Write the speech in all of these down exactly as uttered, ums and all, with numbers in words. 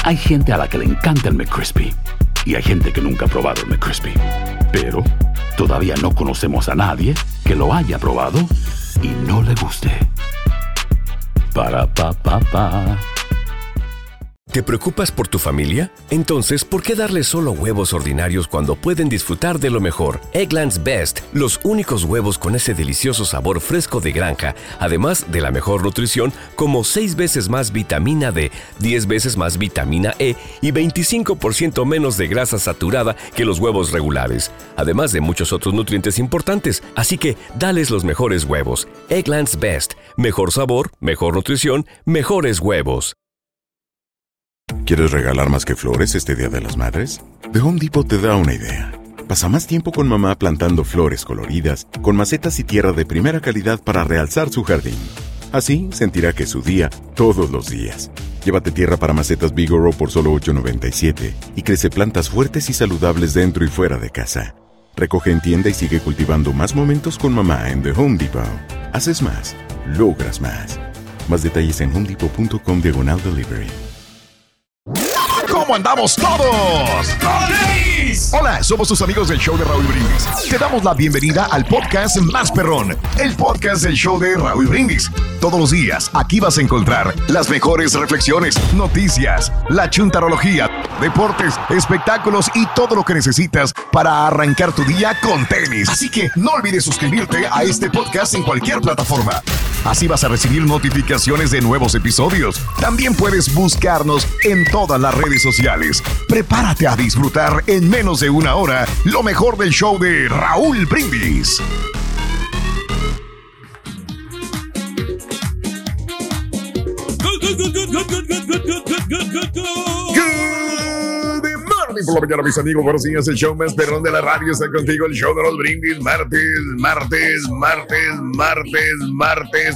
Hay gente a la que le encanta el McCrispy y hay gente que nunca ha probado el McCrispy. Pero todavía no conocemos a nadie que lo haya probado y no le guste. Para pa pa pa. ¿Te preocupas por tu familia? Entonces, ¿por qué darles solo huevos ordinarios cuando pueden disfrutar de lo mejor? Eggland's Best, los únicos huevos con ese delicioso sabor fresco de granja, además de la mejor nutrición, como seis veces más vitamina D, diez veces más vitamina E y veinticinco por ciento menos de grasa saturada que los huevos regulares, además de muchos otros nutrientes importantes. Así que, dales los mejores huevos. Eggland's Best, mejor sabor, mejor nutrición, mejores huevos. ¿Quieres regalar más que flores este Día de las Madres? The Home Depot te da una idea. Pasa más tiempo con mamá plantando flores coloridas, con macetas y tierra de primera calidad para realzar su jardín. Así sentirá que es su día todos los días. Llévate tierra para macetas Bigoro por solo ocho noventa y siete y crece plantas fuertes y saludables dentro y fuera de casa. Recoge en tienda y sigue cultivando más momentos con mamá en The Home Depot. Haces más, logras más. Más detalles en homedepot.com diagonal delivery. ¿Cómo andamos todos? ¡Todos! Hola, somos tus amigos del show de Raúl Brindis. Te damos la bienvenida al podcast más perrón, el podcast del show de Raúl Brindis. Todos los días aquí vas a encontrar las mejores reflexiones, noticias, la chuntarología, deportes, espectáculos y todo lo que necesitas para arrancar tu día con tenis. Así que no olvides suscribirte a este podcast en cualquier plataforma. Así vas a recibir notificaciones de nuevos episodios. También puedes buscarnos en todas las redes sociales. Prepárate a disfrutar en menos de una hora lo mejor del show de Raúl Brindis. Por la mañana, mis amigos, buenos días. El show más perrón de la radio está contigo. El show de los brindis. Martes, martes, martes, martes, martes,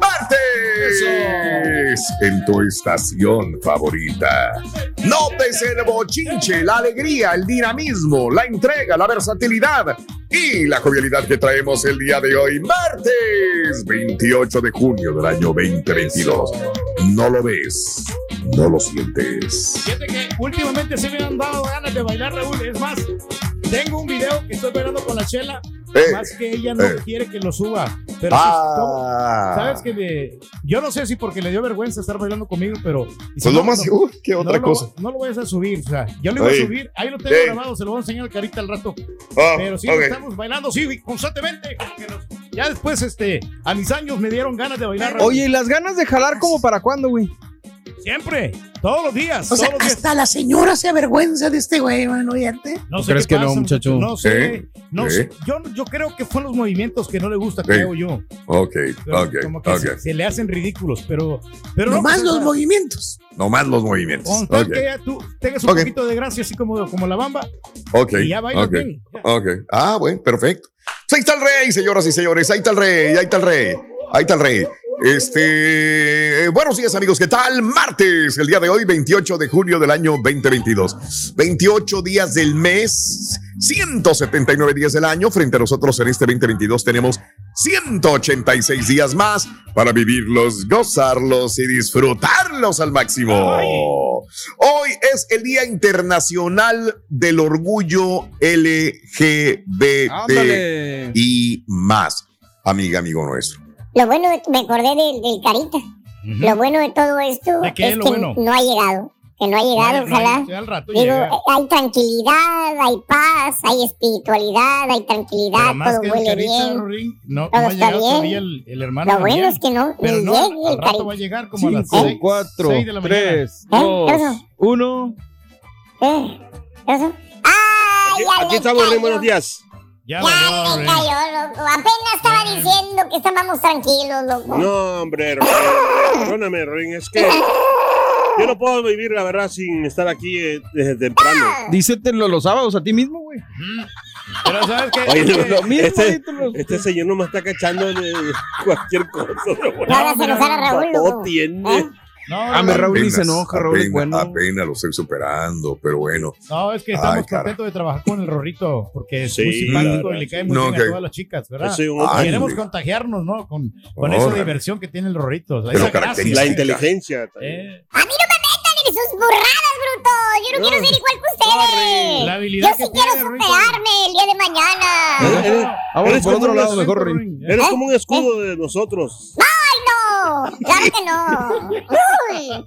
martes. En tu estación favorita. Notes el bochinche, la alegría, el dinamismo, la entrega, la versatilidad y la jovialidad que traemos el día de hoy. Martes, veintiocho de junio del año veinte veintidós. No lo ves, no lo sientes. Fíjate que últimamente se me han dado ganas de bailar, Raúl. Es más, tengo un video que estoy bailando con la Chela. Eh, más que ella no eh. quiere que lo suba. Pero ah. si, sabes que me, yo no sé si porque le dio vergüenza estar bailando conmigo, pero pues no, lo más, no, uh, ¿qué otra no cosa? Lo, no lo vayas a subir, o sea, yo lo iba Ey. a subir, ahí lo tengo Ey. grabado, se lo voy a enseñar a Carita al rato. Oh, pero sí, okay. estamos bailando, sí, constantemente. Nos, ya después, este, a mis años me dieron ganas de bailar. Raúl. Oye, ¿y las ganas de jalar como para cuándo, güey? Siempre, todos los días. O sea, todos los hasta días. La señora se avergüenza de este güey, man, oyente. No sé ¿Crees que pasa, no, muchacho? No sé, ¿Eh? no ¿Eh? sé. Yo, yo creo que fueron los movimientos que no le gusta, ¿Eh? creo yo. Ok, Pero ok, como que ok. se, se le hacen ridículos, pero... pero no no más pues, los o sea, movimientos. No más los movimientos. Con tal Okay. que ya tú tengas un Ok. poquito de gracia, así como, como la bamba, Ok, y ya bailas ok, bien. Ya. ok. Ah, bueno, perfecto. Ahí está el rey, señoras y señores. Ahí está el rey, ahí está el rey. Ahí está el rey. Este, buenos días, amigos, ¿qué tal? Martes, el día de hoy, veintiocho de junio del año veinte veintidós. veintiocho días del mes, ciento setenta y nueve días del año. Frente a nosotros en este veinte veintidós tenemos ciento ochenta y seis días más para vivirlos, gozarlos y disfrutarlos al máximo. Ay. Hoy es el Día Internacional del Orgullo L G B T y más, amiga, amigo nuestro. Lo bueno, me acordé del, del Carita. Uh-huh. Lo bueno de todo esto ¿De qué es es lo que bueno? no ha llegado. Que no ha llegado, no, ojalá. No, al rato Digo, llega. hay tranquilidad, hay paz, hay espiritualidad, hay tranquilidad, todo huele Carita, bien. Ring, no, todo no ha está llegado bien. El, el hermano. Lo bueno también. es que no, pero ni no, llegue al el rato Carita. va a llegar como Cinco, a las seis, cuatro, seis de la tres, mañana. dos, ¿Eh? uno. ¿Eh? ¿Eso? ¡Ah! Aquí, ya aquí me estamos, cayó. Rey, buenos días. Ya, Ya ya me Ring. cayó, loco. Apenas estaba diciendo que estábamos tranquilos, loco. No, hombre, Ring, perdóname, Ring, es que yo no puedo vivir, la verdad, sin estar aquí eh, desde temprano. Dísetelo los sábados a ti mismo, güey. Pero ¿sabes qué? Oye, Es que- Lo mismo, este, díselo. este señor no me está cachando de cualquier cosa. No hagas enojar a Raúl, Todo loco. tiene. ¿Eh? No, Ah, me no, Raúl Apenas, ni se enoja, Raúl es apenas, bueno. apenas lo estoy superando, pero bueno. no, es que estamos Ay, cara. contentos de trabajar con el Rorrito, porque es Sí, muy simpático la y le cae muy No, bien que- a todas las chicas, ¿verdad? Sí, un- Y Ay, queremos hombre. contagiarnos, ¿no? Con, con Órale. esa diversión que tiene el Rorrito. O sea, Pero esa gracia. característica. La inteligencia. también. Eh, A mí no me metan en sus burradas, no quiero ser igual que ustedes. La habilidad Yo sí quiero superarme el día de mañana. Eres, Vamos eres por como otro un lado, es- mejor, Rin. Eres como un escudo de nosotros. ¡Ay, no! ¡Claro que no! Uy.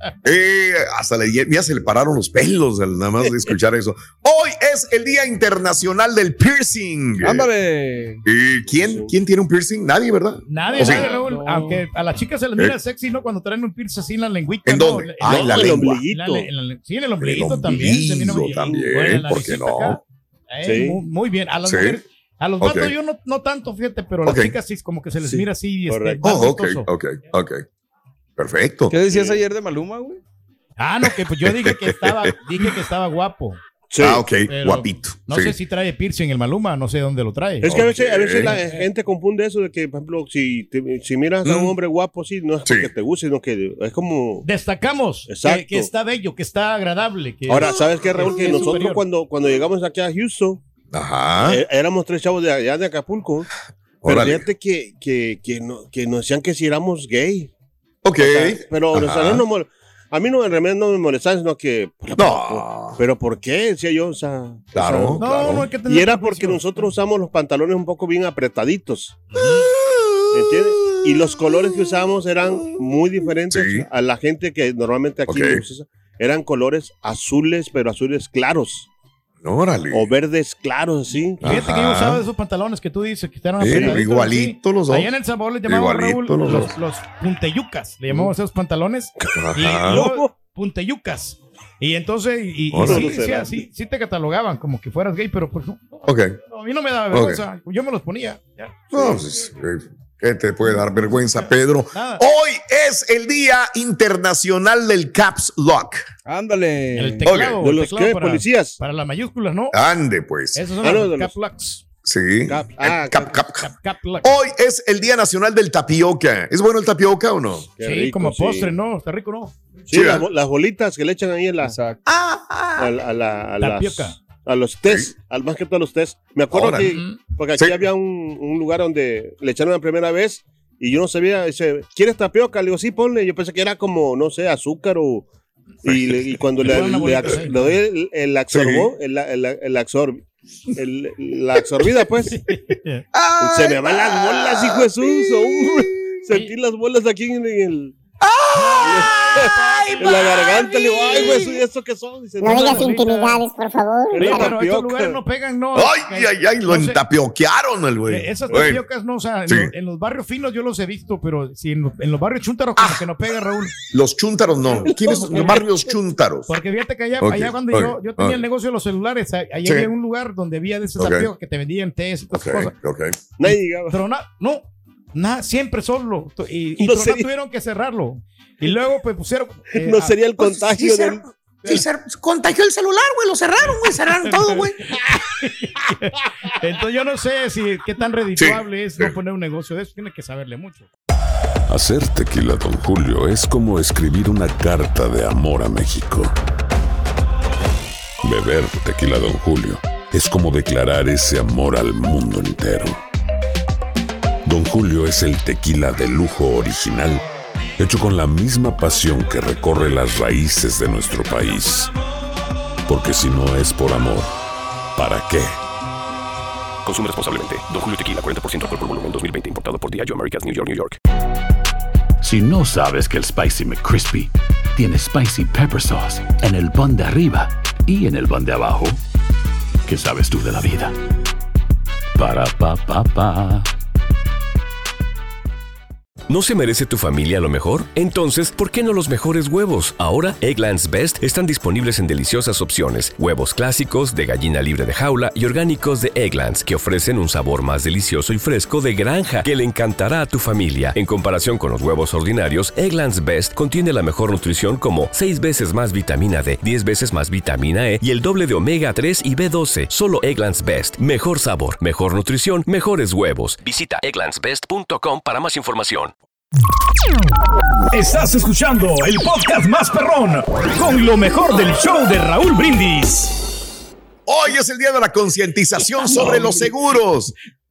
Eh, hasta le, ya se le pararon los pelos al nada más de escuchar eso. Hoy es el Día Internacional del Piercing. Ándale. ¿Y quién, quién tiene un piercing? Nadie, ¿verdad? Nadie, ¿O sí? nadie, Raúl. No. Aunque a las chicas se les mira ¿Eh? sexy, ¿no? Cuando traen un piercing así en la lengüita. ¿En ¿no? dónde? En- Ah, en la el lengua. ombliguito. en la- en la- sí, en el ombliguito El también. se mira muy- ombligo también, bueno, en la ¿por qué naricita no? acá. Eh, Sí. muy, muy bien. A las Sí. mujeres, a los Ok. vatos yo no, no tanto, fíjate, pero a Ok. las chicas sí como que se les Sí, mira así. Este, correcto. más Oh, ok, gustoso. ok, ok. Perfecto. ¿Qué decías ayer de Maluma, güey? Ah, no, que pues yo dije que estaba, dije que estaba guapo. Sí. Ah, ok, Pero guapito. No sí. sé si trae piercing el Maluma, no sé dónde lo trae. Es que a veces, a Ok. veces la gente confunde eso de que, por ejemplo, si, te- si miras a un Mm. hombre guapo, sí, no es Sí. porque te guste, sino que es como... Destacamos Exacto. que, que está bello, que está agradable. Que Ahora, ¿sabes qué, Raúl? es- Que es nosotros superior. cuando, cuando llegamos aquí a Houston, Ajá. eh, éramos tres chavos de allá de Acapulco, pero Órale. fíjate que, que, que, no- que nos decían que si éramos gay. Ok. O sea, pero o sea, Ajá. no, nos mol- a mí no, en realidad no me molestaba, sino que... No. ¿Pero por qué? Decía yo, o sea... Claro. o sea, No, claro. no hay que tener y era prejuicio. porque nosotros usamos los pantalones un poco bien apretaditos. ¿Entiendes? Y los colores que usábamos eran muy diferentes Sí. a la gente que normalmente aquí Ok. usa. Eran colores azules, pero azules claros. Órale. O verdes claros, así. Fíjate que yo Ajá. usaba esos pantalones que tú dices que estaban Sí, apretaditos, igualito así. los dos. Allá en El Sabor les llamamos, Igualito Raúl, los los, dos. los punteyucas. Le llamamos a esos pantalones. Y Ajá. luego, punteyucas. Y entonces, y, y Órale. sí, sí, sí, sí te catalogaban como que fueras gay, pero pues no. no, Ok. no, a mí no me daba vergüenza. Yo me los ponía. Ya. No, pues, eh, ¿qué te puede dar vergüenza, Pedro? Nada. Hoy es el Día Internacional del Caps Lock. Ándale. El teclado, ¿De el los teclado qué? para, ¿Policías? para las mayúsculas, ¿no? Ande, pues. Esos son Ah, no, los de cap los- locks. Sí. Cap- Eh, ah, cap, cap. Cap, cap lock. Hoy es el Día Nacional del Tapioca. ¿Es bueno el tapioca o no? Qué Sí, rico, como sí. postre, ¿no? Está rico, ¿no? Sí, Sí, las, ¿eh? bo- las bolitas que le echan ahí en la, Exacto. a, a la- a las- Tapioca. a los test, al más que todos los test. Me acuerdo Órale. que, porque aquí Sí. había un, un lugar donde le echaron la primera vez y yo no sabía, dice, ¿quieres tapioca? Le digo, sí, ponle. Yo pensé que era como, no sé, azúcar o... Y, le- y cuando Le le, ponen una le bolita, abs- sí. le doy el, el absorbó, el, el, el absorb, el- la absorbida, pues, se me van las bolas, hijo de Jesús, hombre. Sentí las bolas aquí en el... en la garganta, le digo, ay, güey, ¿y esto qué son? Dice, No digas bolita. intimidades, por favor. Era Oye, pero tapioca. estos lugares no pegan, ¿no? Ay, ay, ay, lo No sé, entapioquearon el güey. eh, Esas Bueno, tapiocas no, o sea, en, Sí. los, en los barrios finos yo los he visto, pero si en, los- en los barrios chúntaros como que no pega, Raúl. Los chúntaros no. ¿Quiénes son los barrios chúntaros? Porque fíjate que allá, Ok, allá cuando ok, yo, yo tenía ok. el negocio de los celulares, a- allá Sí. había un lugar donde había de esas Ok. tapiocas que te vendían tés y todas Ok, esas cosas. ok. Nadie llegaba. Pero na- no, nada, siempre solo. Y, y No Troná sería- tuvieron que cerrarlo. Y luego pues pusieron... eh, No a- sería el Pues, contagio sí, del... se, sí, se contagió el celular, güey. Lo cerraron, güey. Cerraron todo, güey. Entonces yo no sé si qué tan redituable es no poner un negocio de eso. Tiene que saberle mucho. Hacer tequila, Don Julio, es como escribir una carta de amor a México. Beber tequila, Don Julio, es como declarar ese amor al mundo entero. Don Julio es el tequila de lujo original, hecho con la misma pasión que recorre las raíces de nuestro país. Porque si no es por amor, ¿para qué? Consume responsablemente. Don Julio Tequila, cuarenta por ciento alcohol por volumen, dos mil veinte. Importado por Diageo Americas, New York, New York. Si no sabes que el Spicy McCrispy tiene Spicy Pepper Sauce en el pan de arriba y en el pan de abajo, ¿qué sabes tú de la vida? Para, pa, pa, pa. ¿No se merece tu familia lo mejor? Entonces, ¿por qué no los mejores huevos? Ahora, Eggland's Best están disponibles en deliciosas opciones. Huevos clásicos, de gallina libre de jaula y orgánicos de Eggland's, que ofrecen un sabor más delicioso y fresco de granja que le encantará a tu familia. En comparación con los huevos ordinarios, Eggland's Best contiene la mejor nutrición como seis veces más vitamina D, diez veces más vitamina E y el doble de omega tres y B doce. Solo Eggland's Best. Mejor sabor, mejor nutrición, mejores huevos. Visita egglands best punto com para más información. Estás escuchando el podcast más perrón con lo mejor del show de Raúl Brindis. Hoy es el día de la concientización sobre los seguros.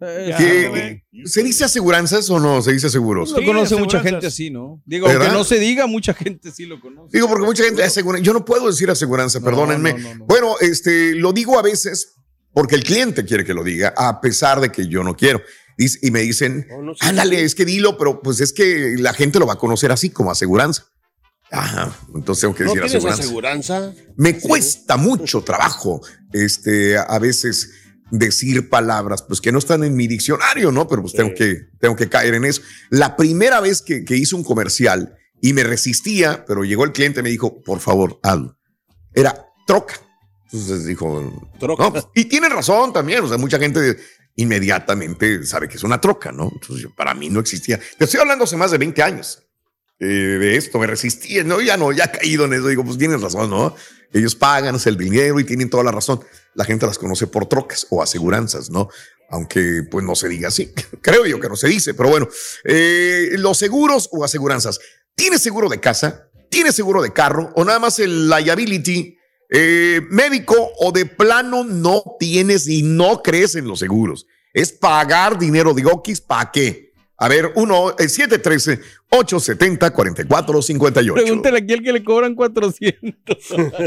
¿Qué, ¿Se dice aseguranzas o no se dice seguros? Lo conoce mucha gente así, ¿no? Digo, ¿verdad? Que no se diga, mucha gente sí lo conoce. Digo, porque mucha gente asegura. Yo no puedo decir aseguranza, no, perdónenme. No, no, no. Bueno, este, lo digo a veces porque el cliente quiere que lo diga, a pesar de que yo no quiero. Y me dicen, no, no sé, ándale, es que dilo, pero pues es que la gente lo va a conocer así como aseguranza. Ajá, entonces tengo que decir ¿No aseguranza. aseguranza. Me sí. cuesta mucho trabajo, este, a veces decir palabras, pues que no están en mi diccionario, ¿no? Pero pues sí. tengo que, tengo que caer en eso. La primera vez que, que hice un comercial y me resistía, pero llegó el cliente y me dijo, por favor, hazlo. Era troca. Entonces dijo, troca. No, pues, y tienen razón también, o sea, mucha gente inmediatamente sabe que es una troca, ¿no? Entonces para mí no existía. Te estoy hablando hace más de veinte años. Eh, de esto, me resistí, no, ya no, ya he caído en eso, digo, pues tienes razón, ¿no? Ellos pagan el dinero y tienen toda la razón. La gente las conoce por trocas o aseguranzas, ¿no? Aunque pues no se diga así, creo yo que no se dice, pero bueno, eh, los seguros o aseguranzas. ¿Tienes seguro de casa? ¿Tienes seguro de carro? ¿O nada más el liability eh, médico o de plano no tienes y no crees en los seguros? Es pagar dinero de Okis, ¿para qué? A ver, uno, siete uno tres, ocho siete cero, cuatro cuatro cinco ocho. Pregúntale aquí al que le cobran cuatrocientos.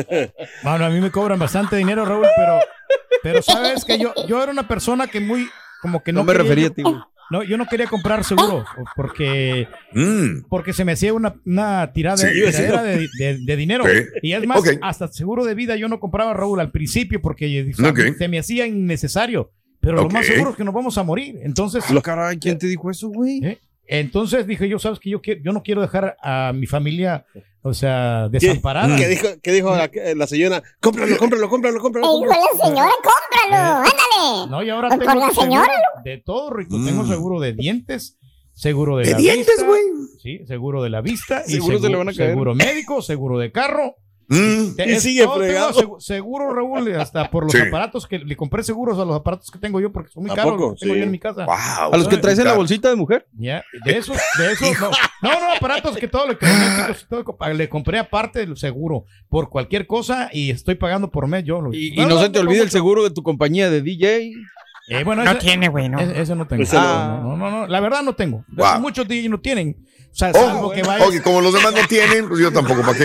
Bueno, a mí me cobran bastante dinero, Raúl, pero, pero sabes que yo, yo era una persona que muy, como que no, no me quería, refería a ti. No, yo no quería comprar seguro porque, mm. porque se me hacía una, una tirada, sí, tiradera de, de, de dinero. Okay. Y es más, okay. hasta seguro de vida yo no compraba, Raúl, al principio porque okay. se me hacía innecesario. Pero okay. lo más seguro es que nos vamos a morir. Entonces, lo caray, ¿quién te dijo eso, güey? ¿Eh? Entonces dije yo, sabes que yo, quiero, yo no quiero dejar a mi familia, o sea, desamparada. ¿Qué dijo, qué dijo la, la señora? Cómpralo, cómpralo, cómpralo, cómpralo. ¿Qué dijo la señora? Cómpralo, eh, ándale. No, y ahora tengo la señora, de todo, Rico. Mm. Tengo seguro de dientes, seguro de, ¿De la dientes, güey? Sí, seguro de la vista. Y seguro, se le van a caer. Seguro médico, seguro de carro. Mm, Te, y sigue fregado. Seguro, seguro, Raúl, hasta por los sí. aparatos que le compré seguros a los aparatos que tengo yo porque son muy caros. Los tengo sí. yo en mi casa. Wow, a los que traes en la bolsita de mujer. Ya, de esos, de esos, no, no, no, aparatos que todo lo que todo, le compré aparte del seguro por cualquier cosa y estoy pagando por mes yo. Y, no, y no, no se te no, olvide no, el seguro de tu compañía de D J. Eh, bueno, no ese, tiene, güey, no. Ese, ese no tengo. Ah. No, no, no, la verdad no tengo. Wow. Muchos D J no tienen. O sea, oh, salvo que vayas. Okay, como los demás no tienen, pues yo tampoco, ¿para qué?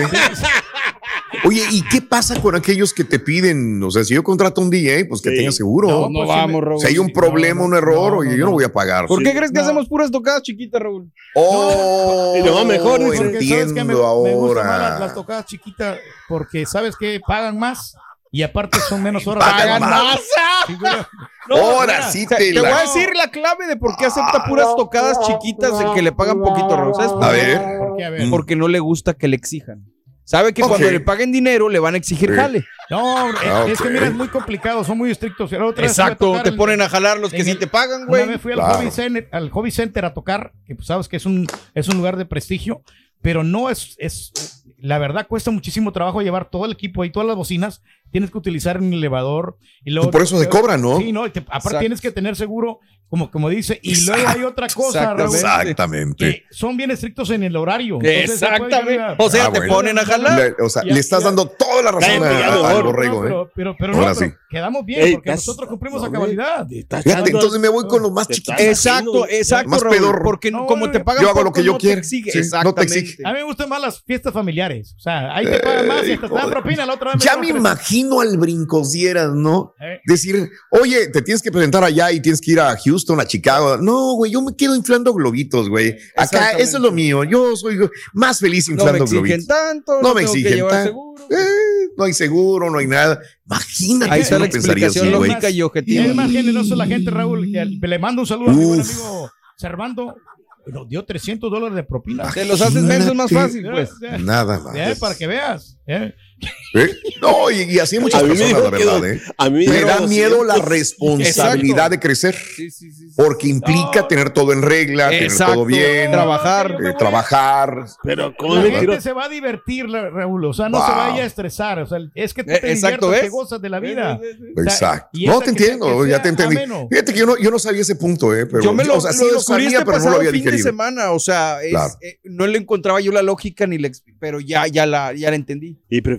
Oye, ¿y qué pasa con aquellos que te piden? O sea, si yo contrato a un D J, pues que sí. tenga seguro. No, no pues vamos, Raúl. Si hay un problema, no, no, un error, no, oye, no, yo no voy a pagar. ¿Por sí. qué crees que hacemos puras tocadas chiquitas, Raúl? Oh, y lo va mejor. No, entiendo me, ahora. Me gustan más las, las tocadas chiquitas porque, ¿sabes qué? Pagan más. Y aparte son menos horas. ¡Pagan más! Sí, no, ahora sí te, te la... voy a decir la clave de por qué acepta puras tocadas chiquitas de que le pagan poquito, Raúl. ¿Sabes? A ver. ¿Por qué? A ver. Porque no le gusta que le exijan. Sabe que okay. cuando le paguen dinero le van a exigir sí. jale. No, okay. es que mira, es muy complicado, son muy estrictos. Otra Exacto, te el, ponen a jalar los que sí te pagan, güey. Una vez fui al, claro. hobby center, al Hobby Center a tocar, que pues sabes que es un, es un lugar de prestigio, pero no es, es, la verdad cuesta muchísimo trabajo llevar todo el equipo ahí, todas las bocinas, tienes que utilizar un elevador. Y luego, por eso se cobra, ¿no? Sí, no, te, aparte Exacto. tienes que tener seguro, como, como dice, y Exacto. luego hay otra cosa, Raúl, Exactamente. que son bien estrictos en el horario. Exactamente. A... O sea, ah, te bueno. ponen a jalar. Le, o sea, ya, le estás ya. dando toda la razón a, a, al borrego, no, ¿eh? Pero, pero, pero, no, pero sí. quedamos bien, Ey, porque nosotros cumplimos no, a cabalidad. Fíjate, entonces me voy con los más chiquitos. Exacto, exacto, más Raúl, pedor. Porque no, como te pagan yo hago poco, lo que yo no quiero. Te exige. Sí, Exactamente. No te exige. A mí me gustan más las fiestas familiares. O sea, ahí te pagan más y hasta te dan propina la otra vez. Ya me imagino al brincosieras, ¿no? Decir, oye, te tienes que presentar allá y tienes que ir a Houston, a Chicago. No, güey, yo me quedo inflando globitos, güey. Acá, eso es lo mío. Yo soy más feliz inflando globitos. No me exigen tanto. No me exigen tanto. Eh, no hay seguro, no hay nada. Imagínate. Ahí está la explicación lógica y objetiva. Es más generoso la gente, Raúl, que le mando un saludo a mi buen amigo Servando. Nos dio trescientos dólares de propina. Te los haces menos más fácil, pues. Nada más. Eh, para que veas. Eh. ¿Eh? No, y, y así hay muchas personas, la verdad. Que, ¿eh? A mí me da miedo la responsabilidad Exacto. de crecer. Sí, sí, sí, sí. Porque implica no. tener todo en regla, Exacto. tener todo bien. Trabajar. Eh, trabajar. Pero ¿cómo la me gente quiero? se va a divertir, Raúl. O sea, no wow. se vaya a estresar. O sea, es que tú te Exacto, diviertes, que gozas de la vida. Exacto. O sea, no, te entiendo. Ya te entendí. Ameno. Fíjate que yo no, yo no sabía ese punto, ¿eh? Pero, yo me lo, o sea, lo sí lo sabía, pero no lo había fin digerido. De semana, o sea, es, claro. eh, no le encontraba yo la lógica, ni la, pero ya, ya, la, ya la entendí. Y prefiere que le paguen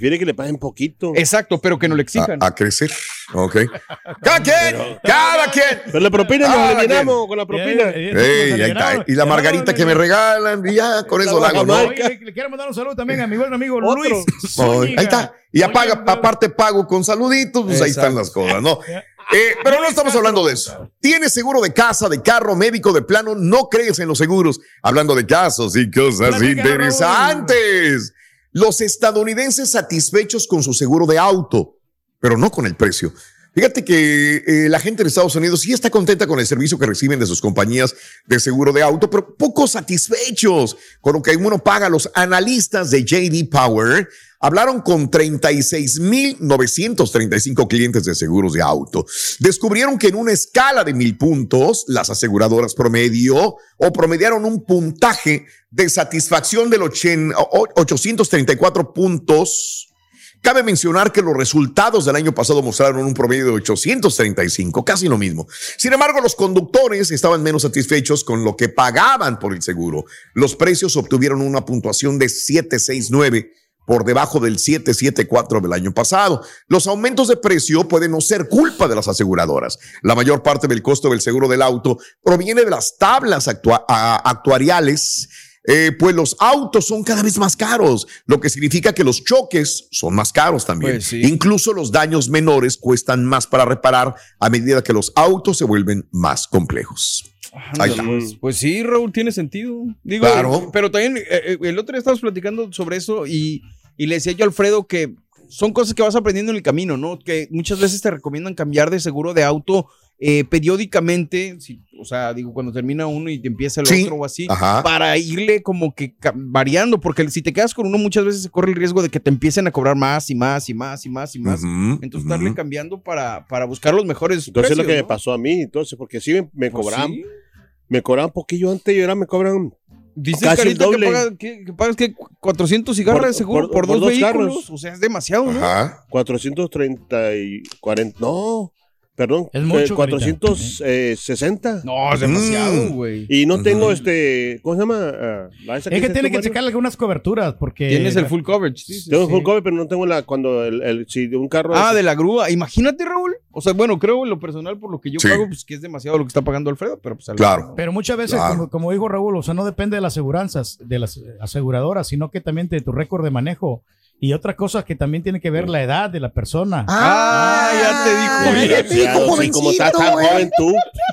paguen poquito. Exacto, pero que no le exijan. A, a crecer. Ok. Cada quien, pero, cada quien. Pero la propina nos eliminamos con la propina. Ey, ahí está. Y la margarita que me regalan, y ya con eso la hago, ¿no? Le, le quiero mandar un saludo también a mi buen amigo Luis. Ahí está. Y apaga, aparte pago con saluditos, pues ahí están las cosas, ¿no? Eh, pero no estamos hablando de eso. ¿Tienes seguro de casa, de carro, médico, de plano? ¿No crees en los seguros? Hablando de casos y cosas interesantes. Los estadounidenses satisfechos con su seguro de auto, pero no con el precio. Fíjate que eh, la gente de Estados Unidos sí está contenta con el servicio que reciben de sus compañías de seguro de auto, pero poco satisfechos con lo que uno paga. Los analistas de J D Power hablaron con treinta y seis mil novecientos treinta y cinco clientes de seguros de auto. Descubrieron que en una escala de mil puntos, las aseguradoras promedio o promediaron un puntaje de satisfacción del ochocientos treinta y cuatro puntos. Cabe mencionar que los resultados del año pasado mostraron un promedio de ochocientos treinta y cinco, casi lo mismo. Sin embargo, los conductores estaban menos satisfechos con lo que pagaban por el seguro. Los precios obtuvieron una puntuación de setecientos sesenta y nueve, por debajo del setecientos setenta y cuatro del año pasado. Los aumentos de precio pueden no ser culpa de las aseguradoras. La mayor parte del costo del seguro del auto proviene de las tablas actua- actuariales. Eh, pues los autos son cada vez más caros, lo que significa que los choques son más caros también. Pues sí. Incluso los daños menores cuestan más para reparar a medida que los autos se vuelven más complejos. Ahí está. Pues, pues sí, Raúl, tiene sentido. Digo, claro. Pero también eh, el otro día estábamos platicando sobre eso y, y le decía yo a Alfredo que son cosas que vas aprendiendo en el camino, ¿no? Que muchas veces te recomiendan cambiar de seguro de auto Eh, periódicamente, si, o sea, digo, cuando termina uno y te empieza el sí, otro o así, ajá. para irle como que variando, porque si te quedas con uno muchas veces se corre el riesgo de que te empiecen a cobrar más y más y más y más y más, uh-huh, entonces uh-huh. estarle cambiando para, para buscar los mejores entonces precios, es lo que ¿no? me pasó a mí, entonces, porque sí me, me pues cobraban, sí. me cobraban un poquillo antes y ahora me cobran Dice Carita que, paga, que, que pagas que cuatrocientos cigarras por, de seguro por, por, por dos, dos vehículos, carros. O sea, es demasiado, ¿no? Ajá. cuatrocientos treinta y cuarenta, no... Perdón, es mucho, eh, cuatrocientos sesenta. No, es demasiado, güey. Mm. Y no tengo mm. este, ¿cómo se llama? Uh, la esa que es que tiene que checar algunas coberturas porque tienes el full coverage. Sí, sí, tengo sí. full coverage, pero no tengo la cuando el, el si de un carro. Ah, es, de la grúa. Imagínate, Raúl. O sea, bueno, creo en lo personal por lo que yo sí. pago, pues que es demasiado lo que está pagando Alfredo, pero pues claro. No. Pero muchas veces, claro. como, como dijo Raúl, o sea, no depende de las aseguranzas, de las aseguradoras, sino que también de tu récord de manejo. Y otra cosa que también tiene que ver la edad de la persona. Ah, ah ya te dijo. Mira, ya, sí, como estás tan joven tú.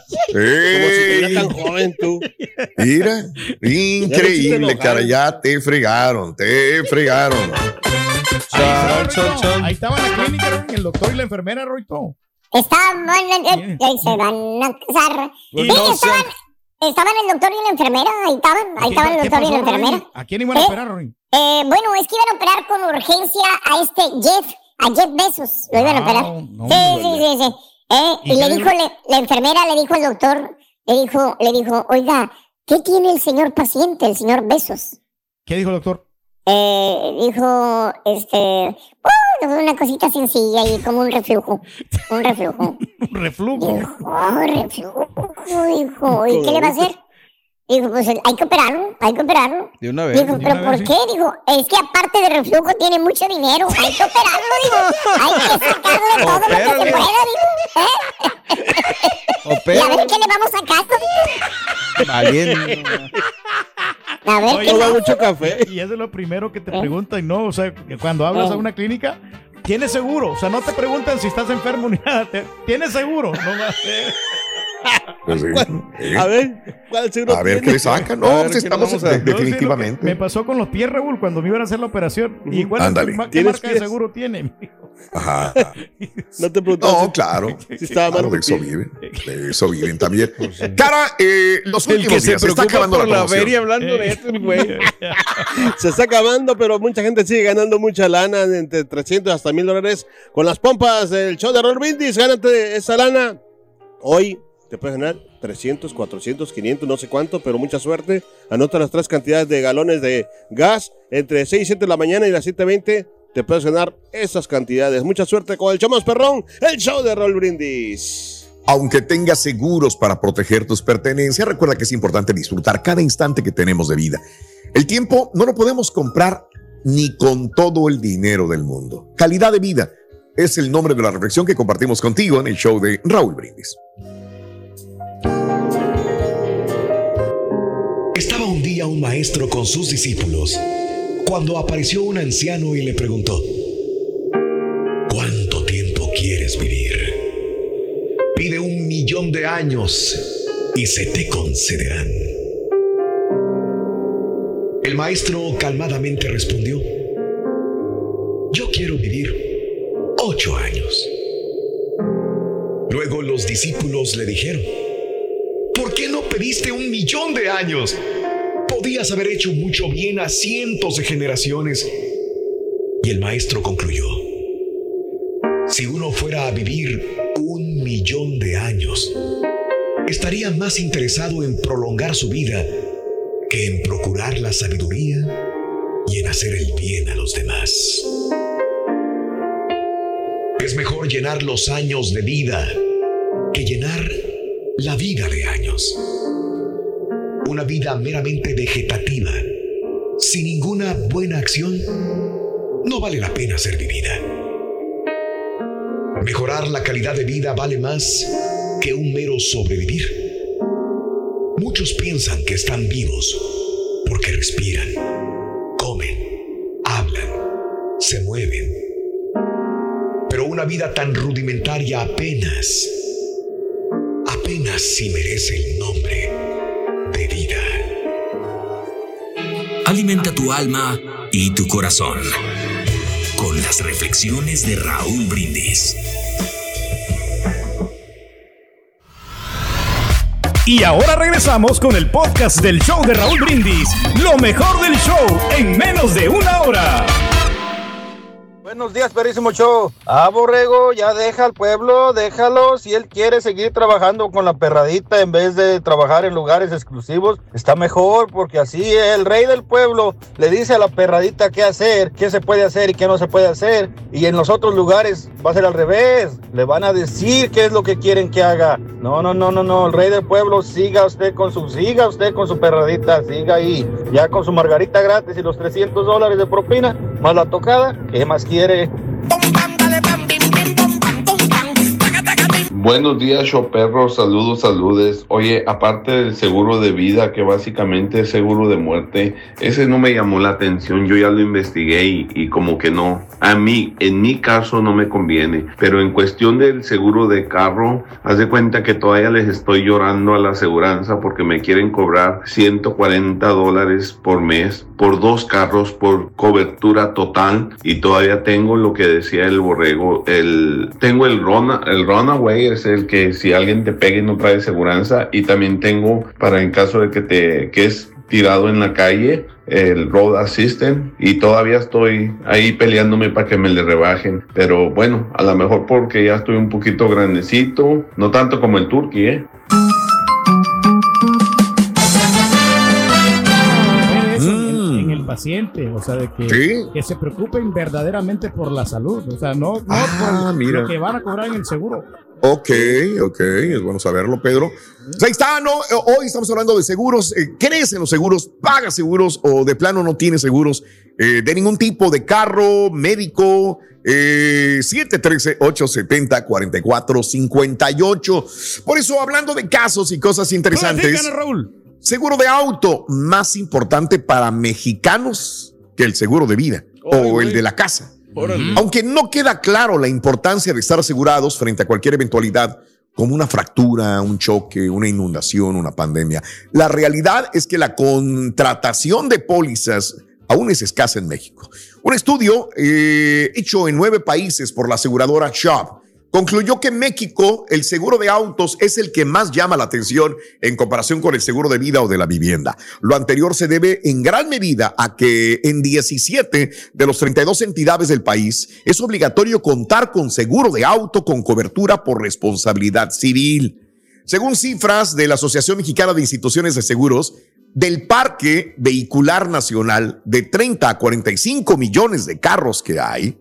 Ey. Como si estuvieras tan joven tú. Mira, increíble, cara, ya te fregaron, te fregaron. Ahí, chon, chon. Ahí estaba la clínica, el doctor y la enfermera, Roito. Estaban, ahí se van a casar. Sí, estaban... Estaban el doctor y la enfermera, ahí estaban, ahí estaban el doctor pasó, y la enfermera. Rory? ¿A quién iban a eh, operar, Rory? Eh, bueno, es que iban a operar con urgencia a este Jeff, a Jeff Bezos, lo iban a operar. No, sí, no, sí, sí, sí, eh, Y, y le dijo, le, la enfermera le dijo al doctor, le dijo, le dijo, oiga, ¿qué tiene el señor paciente, el señor Bezos? ¿Qué dijo el doctor? Eh, dijo, este, oh, una cosita sencilla y como un reflujo, un reflujo. ¿Un reflujo? Dijo, oh, reflujo, dijo, ¿y qué le va a hacer? Dijo, pues hay que operarlo, hay que operarlo. De una vez. Dijo, ¿pero por vez, qué? Sí. Dijo, es que aparte de reflujo tiene mucho dinero, hay que operarlo, dijo, hay que sacarle todo Opérale. Lo que se pueda, dijo, ¿eh? Y a ver qué le vamos a sacar, dijo. Valiente. A ver, Oye, toma mucho café. Y eso es lo primero que te ¿Eh? preguntan, ¿no? O sea, que cuando hablas ¿Eh? a una clínica, ¿tienes seguro? O sea, no te preguntan si estás enfermo ni nada. ¿Tienes seguro? No más. Pues sí. ¿Eh? A ver, ¿cuál seguro A ver tiene? qué le sacan. No, pues estamos a... definitivamente. No, me pasó con los pies, Raúl, cuando me iban a hacer la operación. Uh-huh. Y bueno, ¿qué marca pies? de seguro tiene? Ajá. No te preguntas. No, claro. Si estaba claro, de eso viven. De eso viven también. Cara, eh, los el últimos que días se, se está acabando la promoción. promoción. La hablando de esto, güey. Se está acabando, pero mucha gente sigue ganando mucha lana, entre trescientos hasta mil dólares. Con las pompas del show de Raúl Brindis, gánate esa lana. Hoy te puedes ganar trescientos, cuatrocientos, quinientos, no sé cuánto, pero mucha suerte. Anota las tres cantidades de galones de gas entre seis y siete de la mañana y las siete veinte. Te puedes ganar esas cantidades. Mucha suerte con el show más perrón, el show de Raúl Brindis. Aunque tengas seguros para proteger tus pertenencias, recuerda que es importante disfrutar cada instante que tenemos de vida. El tiempo no lo podemos comprar ni con todo el dinero del mundo. Calidad de vida es el nombre de la reflexión que compartimos contigo en el show de Raúl Brindis. Estaba un día un maestro con sus discípulos cuando apareció un anciano y le preguntó: ¿cuánto tiempo quieres vivir? Pide un millón de años y se te concederán. El maestro calmadamente respondió: yo quiero vivir ocho años. Luego los discípulos le dijeron: ¿por qué no pediste un millón de años? Podías haber hecho mucho bien a cientos de generaciones. Y el maestro concluyó: si uno fuera a vivir un millón de años, estaría más interesado en prolongar su vida que en procurar la sabiduría y en hacer el bien a los demás. Es mejor llenar los años de vida que llenar la vida de años. Una vida meramente vegetativa, sin ninguna buena acción, no vale la pena ser vivida. Mejorar la calidad de vida vale más que un mero sobrevivir. Muchos piensan que están vivos porque respiran, comen, hablan, se mueven. Pero una vida tan rudimentaria apenas, apenas si merece el nombre de vida. Alimenta tu alma y tu corazón con las reflexiones de Raúl Brindis. Y ahora regresamos con el podcast del show de Raúl Brindis. Lo mejor del show en menos de una hora. Buenos días, perrísimo show. Ah, Borrego, ya deja al pueblo, déjalo. Si él quiere seguir trabajando con la perradita en vez de trabajar en lugares exclusivos, está mejor, porque así el rey del pueblo le dice a la perradita qué hacer, qué se puede hacer y qué no se puede hacer. Y en los otros lugares va a ser al revés. Le van a decir qué es lo que quieren que haga. No, no, no, no, no. El rey del pueblo, siga usted con su, siga usted con su perradita, siga ahí. Ya con su margarita gratis y los trescientos dólares de propina, más la tocada, ¿qué más quiere? Buenos días, show perro, saludos, saludes. Oye, aparte del seguro de vida, que básicamente es seguro de muerte, ese no me llamó la atención. Yo ya lo investigué y, y como que no. A mí, en mi caso, no me conviene. Pero en cuestión del seguro de carro, haz de cuenta que todavía les estoy llorando a la aseguranza porque me quieren cobrar ciento cuarenta dólares por mes por dos carros por cobertura total, y todavía tengo lo que decía el Borrego, el tengo el Rona, el Runaway, es el que si alguien te pega y no trae seguranza, y también tengo para en caso de que te que es tirado en la calle, el Road Assistant, y todavía estoy ahí peleándome para que me le rebajen, pero bueno, a lo mejor porque ya estoy un poquito grandecito, no tanto como el Turkey, ¿eh? Paciente, o sea, de que, ¿sí? que se preocupen verdaderamente por la salud, o sea, no, no ah, por mira. lo que van a cobrar en el seguro. Ok, ok, es bueno saberlo, Pedro. Ahí está, ¿no? Hoy estamos hablando de seguros. ¿Crees en los seguros? ¿Pagas seguros o de plano no tienes seguros eh, de ningún tipo, de carro, médico? Eh, siete uno tres, ocho siete cero, cuatro cuatro cinco ocho. Por eso, hablando de casos y cosas interesantes. Díganos, Raúl. Seguro de auto, más importante para mexicanos que el seguro de vida Ay, o güey. el de la casa. Órale. Aunque no queda claro la importancia de estar asegurados frente a cualquier eventualidad, como una fractura, un choque, una inundación, una pandemia. La realidad es que la contratación de pólizas aún es escasa en México. Un estudio eh, hecho en nueve países por la aseguradora Chubb concluyó que en México el seguro de autos es el que más llama la atención en comparación con el seguro de vida o de la vivienda. Lo anterior se debe en gran medida a que en diecisiete de los treinta y dos entidades del país es obligatorio contar con seguro de auto con cobertura por responsabilidad civil. Según cifras de la Asociación Mexicana de Instituciones de Seguros, del parque vehicular nacional de treinta a cuarenta y cinco millones de carros que hay,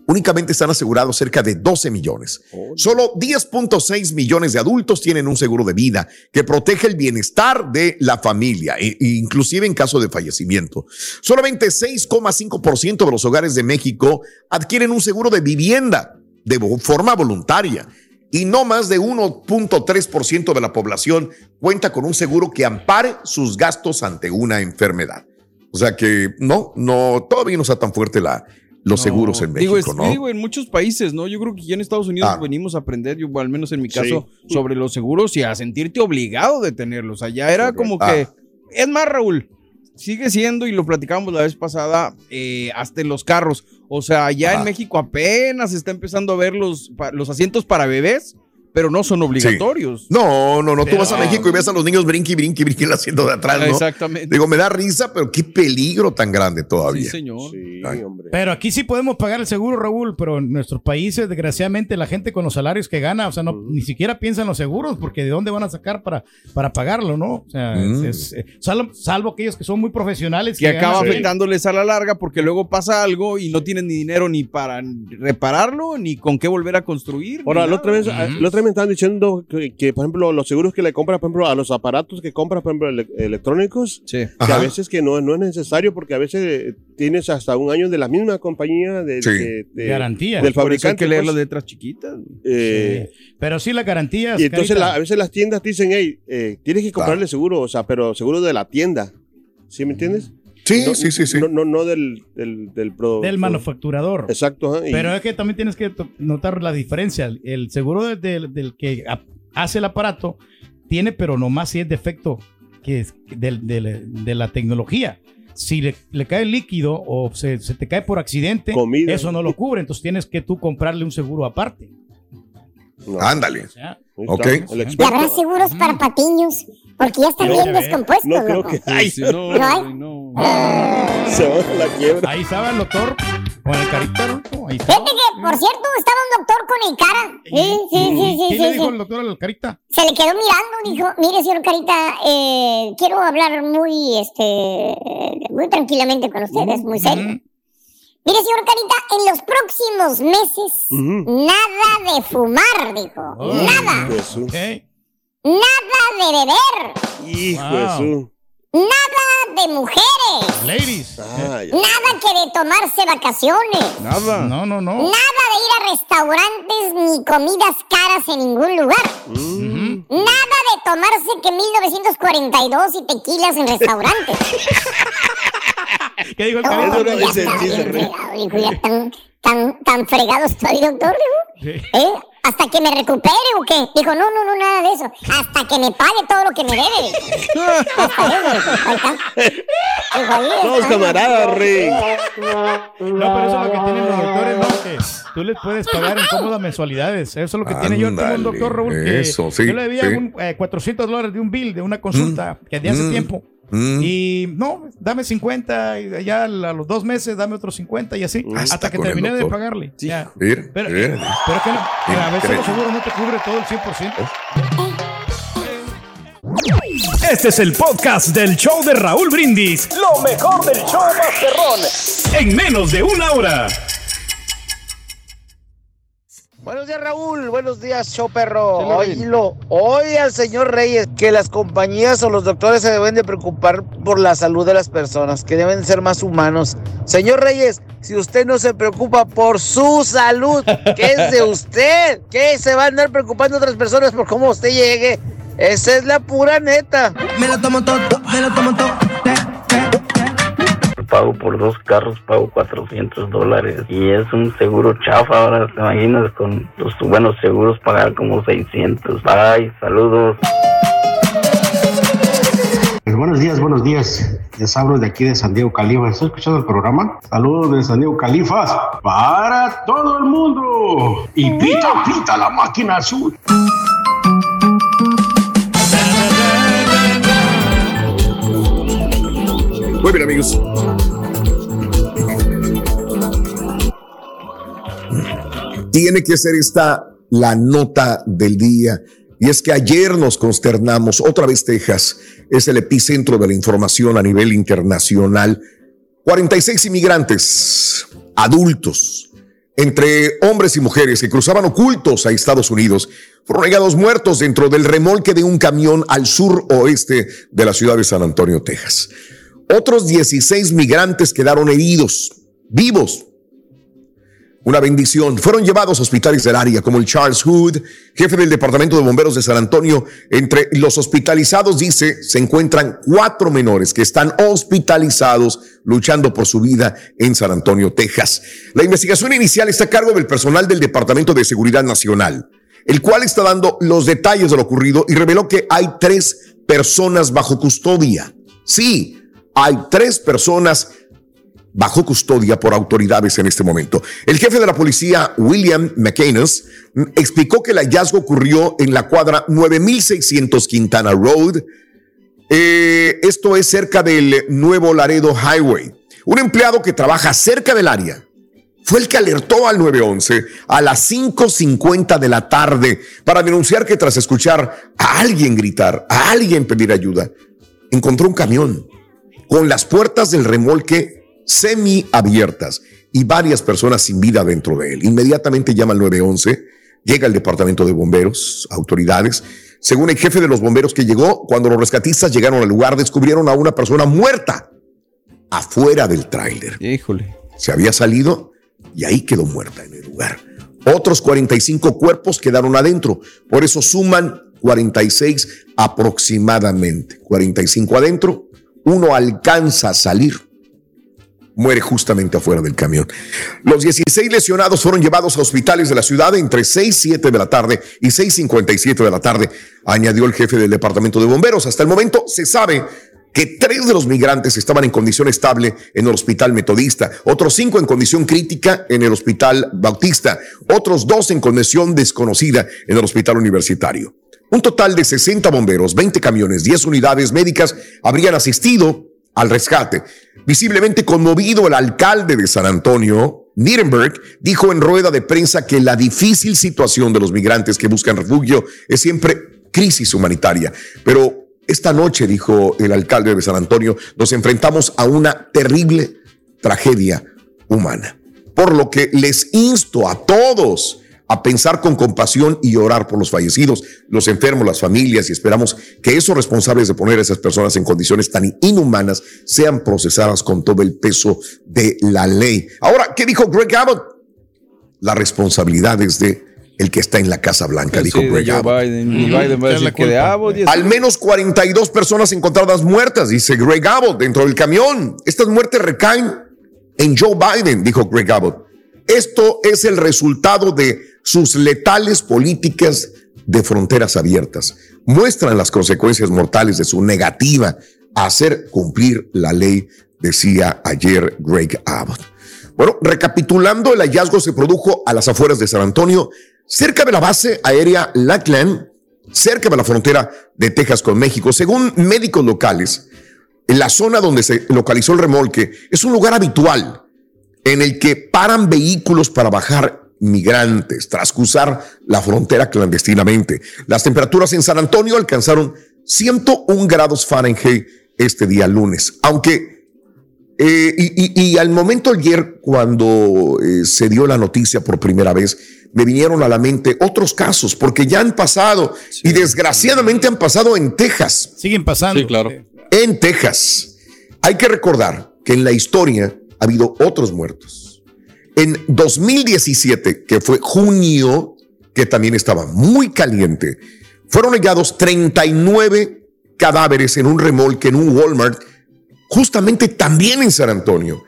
únicamente están asegurados cerca de doce millones. Oh. Solo diez punto seis millones de adultos tienen un seguro de vida que protege el bienestar de la familia, e, inclusive en caso de fallecimiento. Solamente seis coma cinco por ciento de los hogares de México adquieren un seguro de vivienda de forma voluntaria y no más de uno punto tres por ciento de la población cuenta con un seguro que ampare sus gastos ante una enfermedad. O sea que no, no, todavía no está tan fuerte la los no, seguros en México, digo, es, ¿no? Digo, en muchos países, ¿no? Yo creo que aquí en Estados Unidos ah. venimos a aprender, yo, al menos en mi caso, sí. sobre los seguros y a sentirte obligado de tenerlos. Allá era como ah. que... Es más, Raúl, sigue siendo, y lo platicábamos la vez pasada, eh, hasta en los carros. O sea, allá ah. en México apenas se está empezando a ver los, los asientos para bebés, pero no son obligatorios. Sí. No, no, no. Pero, tú vas a México y ves a los niños brinqui, brinqui, brinqui el asiento de atrás, ¿no? Exactamente. Digo, me da risa, pero qué peligro tan grande todavía. Sí, señor. Sí, hombre. Pero aquí sí podemos pagar el seguro, Raúl, pero en nuestros países, desgraciadamente, la gente con los salarios que gana, o sea, no, uh-huh. ni siquiera piensa en los seguros, porque ¿de dónde van a sacar para, para pagarlo, no? O sea, uh-huh. es, es, salvo, salvo aquellos que son muy profesionales. Que, que acaba ganan, afectándoles a la larga, porque luego pasa algo y no tienen ni dinero ni para repararlo, ni con qué volver a construir. Ahora, la otra vez, uh-huh. la otra vez me estaban diciendo Que, que, por ejemplo, los seguros que le compras, por ejemplo, a los aparatos que compras, por ejemplo, ele- electrónicos, sí. que Ajá. a veces que no, no es necesario porque a veces tienes hasta un año de la misma compañía de, sí. de, de garantía. Del fabricante. Hay que leer pues, las letras chiquitas. Eh, sí. Pero sí, la garantía. Y entonces la, a veces las tiendas te dicen, hey, eh, tienes que comprarle ah. seguro, o sea, pero seguro de la tienda. ¿Sí me entiendes? Sí, no, sí, sí, sí. No, no, no del, del, del, pro, del manufacturador. Exacto. ¿eh? Pero y, es que también tienes que notar la diferencia. El seguro del, del, del que hace el aparato tiene, pero nomás si es defecto que es de, de, de la tecnología. Si le, le cae líquido o se, se te cae por accidente, Comida. Eso no lo cubre. Entonces tienes que tú comprarle un seguro aparte. No. Ándale. O sea, ok. ¿Y habrá seguros mm. para patiños? Porque ya están no, bien descompuestos. No creo que hay. Sí, no, ¿No hay? No. Se va a la quiebra. Ahí estaba el doctor con el carita, ¿no? Ahí estaba. Fíjate que, por cierto, estaba un doctor con el cara. Sí, sí, sí, sí. ¿Qué sí, le sí. dijo el doctor a la carita? Se le quedó mirando, dijo, mire, señor Carita, eh, quiero hablar muy, este, muy tranquilamente con ustedes, muy serio. Uh-huh. Mire, señor Carita, en los próximos meses, uh-huh. nada de fumar, dijo. Oh, nada. Okay. Nada de beber. Hijo wow. de su. Nada de mujeres. Ladies. Ah, nada que de tomarse vacaciones. Nada. No, no, no. Nada de ir a restaurantes ni comidas caras en ningún lugar. Uh-huh. Nada de tomarse que mil novecientos cuarenta y dos y tequilas en restaurantes. ¿Qué dijo el Carita? Oh, ya está bien fregado, dijo, ya tan, tan, tan fregado estoy, doctor, dijo. Sí. ¿Eh? ¿Hasta que me recupere o qué? Dijo, no, no, no, nada de eso. Hasta que me pague todo lo que me debe. Hasta eso. Ahí está. Dijo, ahí está. Todos camaradas, Rick. No, pero eso es lo que tienen los doctores, ¿no? Que tú les puedes pagar en cómodas mensualidades. Eso es lo que Andale, tiene yo. Tengo un doctor, Raúl, que eso, sí, yo le debía sí. un, eh, cuatrocientos dólares de un bill, de una consulta, mm. que de hace mm. tiempo. Mm. Y no, dame cincuenta y ya a los dos meses dame otros cincuenta y así, hasta, hasta que terminé de pagarle. Sí. Ya. Mira, pero, mira. pero que no, pero a veces los seguros no te cubre todo el cien por ciento. Este es el podcast del show de Raúl Brindis. Lo mejor del show Masterrón. En menos de una hora. Buenos días, Raúl. Buenos días, show perro. Oílo, oye al señor Reyes que las compañías o los doctores se deben de preocupar por la salud de las personas, que deben ser más humanos. Señor Reyes, si usted no se preocupa por su salud, ¿qué es de usted? ¿Qué se va a andar preocupando otras personas por cómo usted llegue? Esa es la pura neta. Me lo tomo todo, me lo tomo todo. Pago por dos carros, pago cuatrocientos dólares y es un seguro chafa. Ahora te imaginas con los buenos seguros pagar como seiscientos. Bye, saludos. Pues buenos días, buenos días. Les hablo de aquí de San Diego, Califas. ¿Estás escuchando el programa? Saludos de San Diego, Califas para todo el mundo. Y pita, pita la máquina azul. Muy bien, amigos. Tiene que ser esta la nota del día. Y es que ayer nos consternamos. Otra vez Texas es el epicentro de la información a nivel internacional. cuarenta y seis inmigrantes adultos entre hombres y mujeres que cruzaban ocultos a Estados Unidos fueron hallados muertos dentro del remolque de un camión al sur oeste de la ciudad de San Antonio, Texas. Otros dieciséis migrantes quedaron heridos, vivos. Una bendición. Fueron llevados a hospitales del área, como el Charles Hood, jefe del Departamento de Bomberos de San Antonio. Entre los hospitalizados, dice, se encuentran cuatro menores que están hospitalizados luchando por su vida en San Antonio, Texas. La investigación inicial está a cargo del personal del Departamento de Seguridad Nacional, el cual está dando los detalles de lo ocurrido y reveló que hay tres personas bajo custodia. Sí, hay tres personas bajo custodia por autoridades en este momento. El jefe de la policía, William McInnes, explicó que el hallazgo ocurrió en la cuadra nueve mil seiscientos Quintana Road. Eh, esto es cerca del Nuevo Laredo Highway. Un empleado que trabaja cerca del área fue el que alertó al nueve once a las cinco cincuenta de la tarde para denunciar que tras escuchar a alguien gritar, a alguien pedir ayuda, encontró un camión con las puertas del remolque semiabiertas y varias personas sin vida dentro de él. Inmediatamente llama al nueve once, llega el departamento de bomberos, autoridades. Según el jefe de los bomberos que llegó, cuando los rescatistas llegaron al lugar, descubrieron a una persona muerta afuera del tráiler. Híjole. Se había salido y ahí quedó muerta en el lugar. Otros cuarenta y cinco cuerpos quedaron adentro, por eso suman cuarenta y seis aproximadamente. cuarenta y cinco adentro, uno alcanza a salir. Muere justamente afuera del camión. Los dieciséis lesionados fueron llevados a hospitales de la ciudad entre seis y siete de la tarde y seis cincuenta y siete de la tarde, añadió el jefe del departamento de bomberos. Hasta el momento se sabe que tres de los migrantes estaban en condición estable en el hospital metodista, otros cinco en condición crítica en el hospital bautista, otros dos en condición desconocida en el hospital universitario. Un total de sesenta bomberos, veinte camiones, diez unidades médicas habrían asistido al rescate. Visiblemente conmovido, el alcalde de San Antonio, Nirenberg, dijo en rueda de prensa que la difícil situación de los migrantes que buscan refugio es siempre crisis humanitaria. Pero esta noche, dijo el alcalde de San Antonio, nos enfrentamos a una terrible tragedia humana. Por lo que les insto a todos a pensar con compasión y orar por los fallecidos, los enfermos, las familias, y esperamos que esos responsables de poner a esas personas en condiciones tan inhumanas sean procesadas con todo el peso de la ley. Ahora, ¿qué dijo Greg Abbott? La responsabilidad es de el que está en la Casa Blanca, sí, dijo sí, Greg Abbott. Biden, y Biden va a decir que de Abbott. Al menos cuarenta y dos personas encontradas muertas, dice Greg Abbott, dentro del camión. Estas muertes recaen en Joe Biden, dijo Greg Abbott. Esto es el resultado de sus letales políticas de fronteras abiertas. Muestran las consecuencias mortales de su negativa a hacer cumplir la ley, decía ayer Greg Abbott. Bueno, recapitulando, el hallazgo se produjo a las afueras de San Antonio, cerca de la base aérea Lackland, cerca de la frontera de Texas con México. Según médicos locales, en la zona donde se localizó el remolque es un lugar habitual en el que paran vehículos para bajar migrantes tras cruzar la frontera clandestinamente. Las temperaturas en San Antonio alcanzaron ciento un grados Fahrenheit este día lunes, aunque eh, y, y, y al momento ayer cuando eh, se dio la noticia por primera vez, me vinieron a la mente otros casos, porque ya han pasado, sí, y desgraciadamente han pasado en Texas. Siguen pasando. Sí, claro. En Texas. Hay que recordar que en la historia ha habido otros muertos. En dos mil diecisiete, que fue junio, que también estaba muy caliente, fueron hallados treinta y nueve cadáveres en un remolque en un Walmart, justamente también en San Antonio.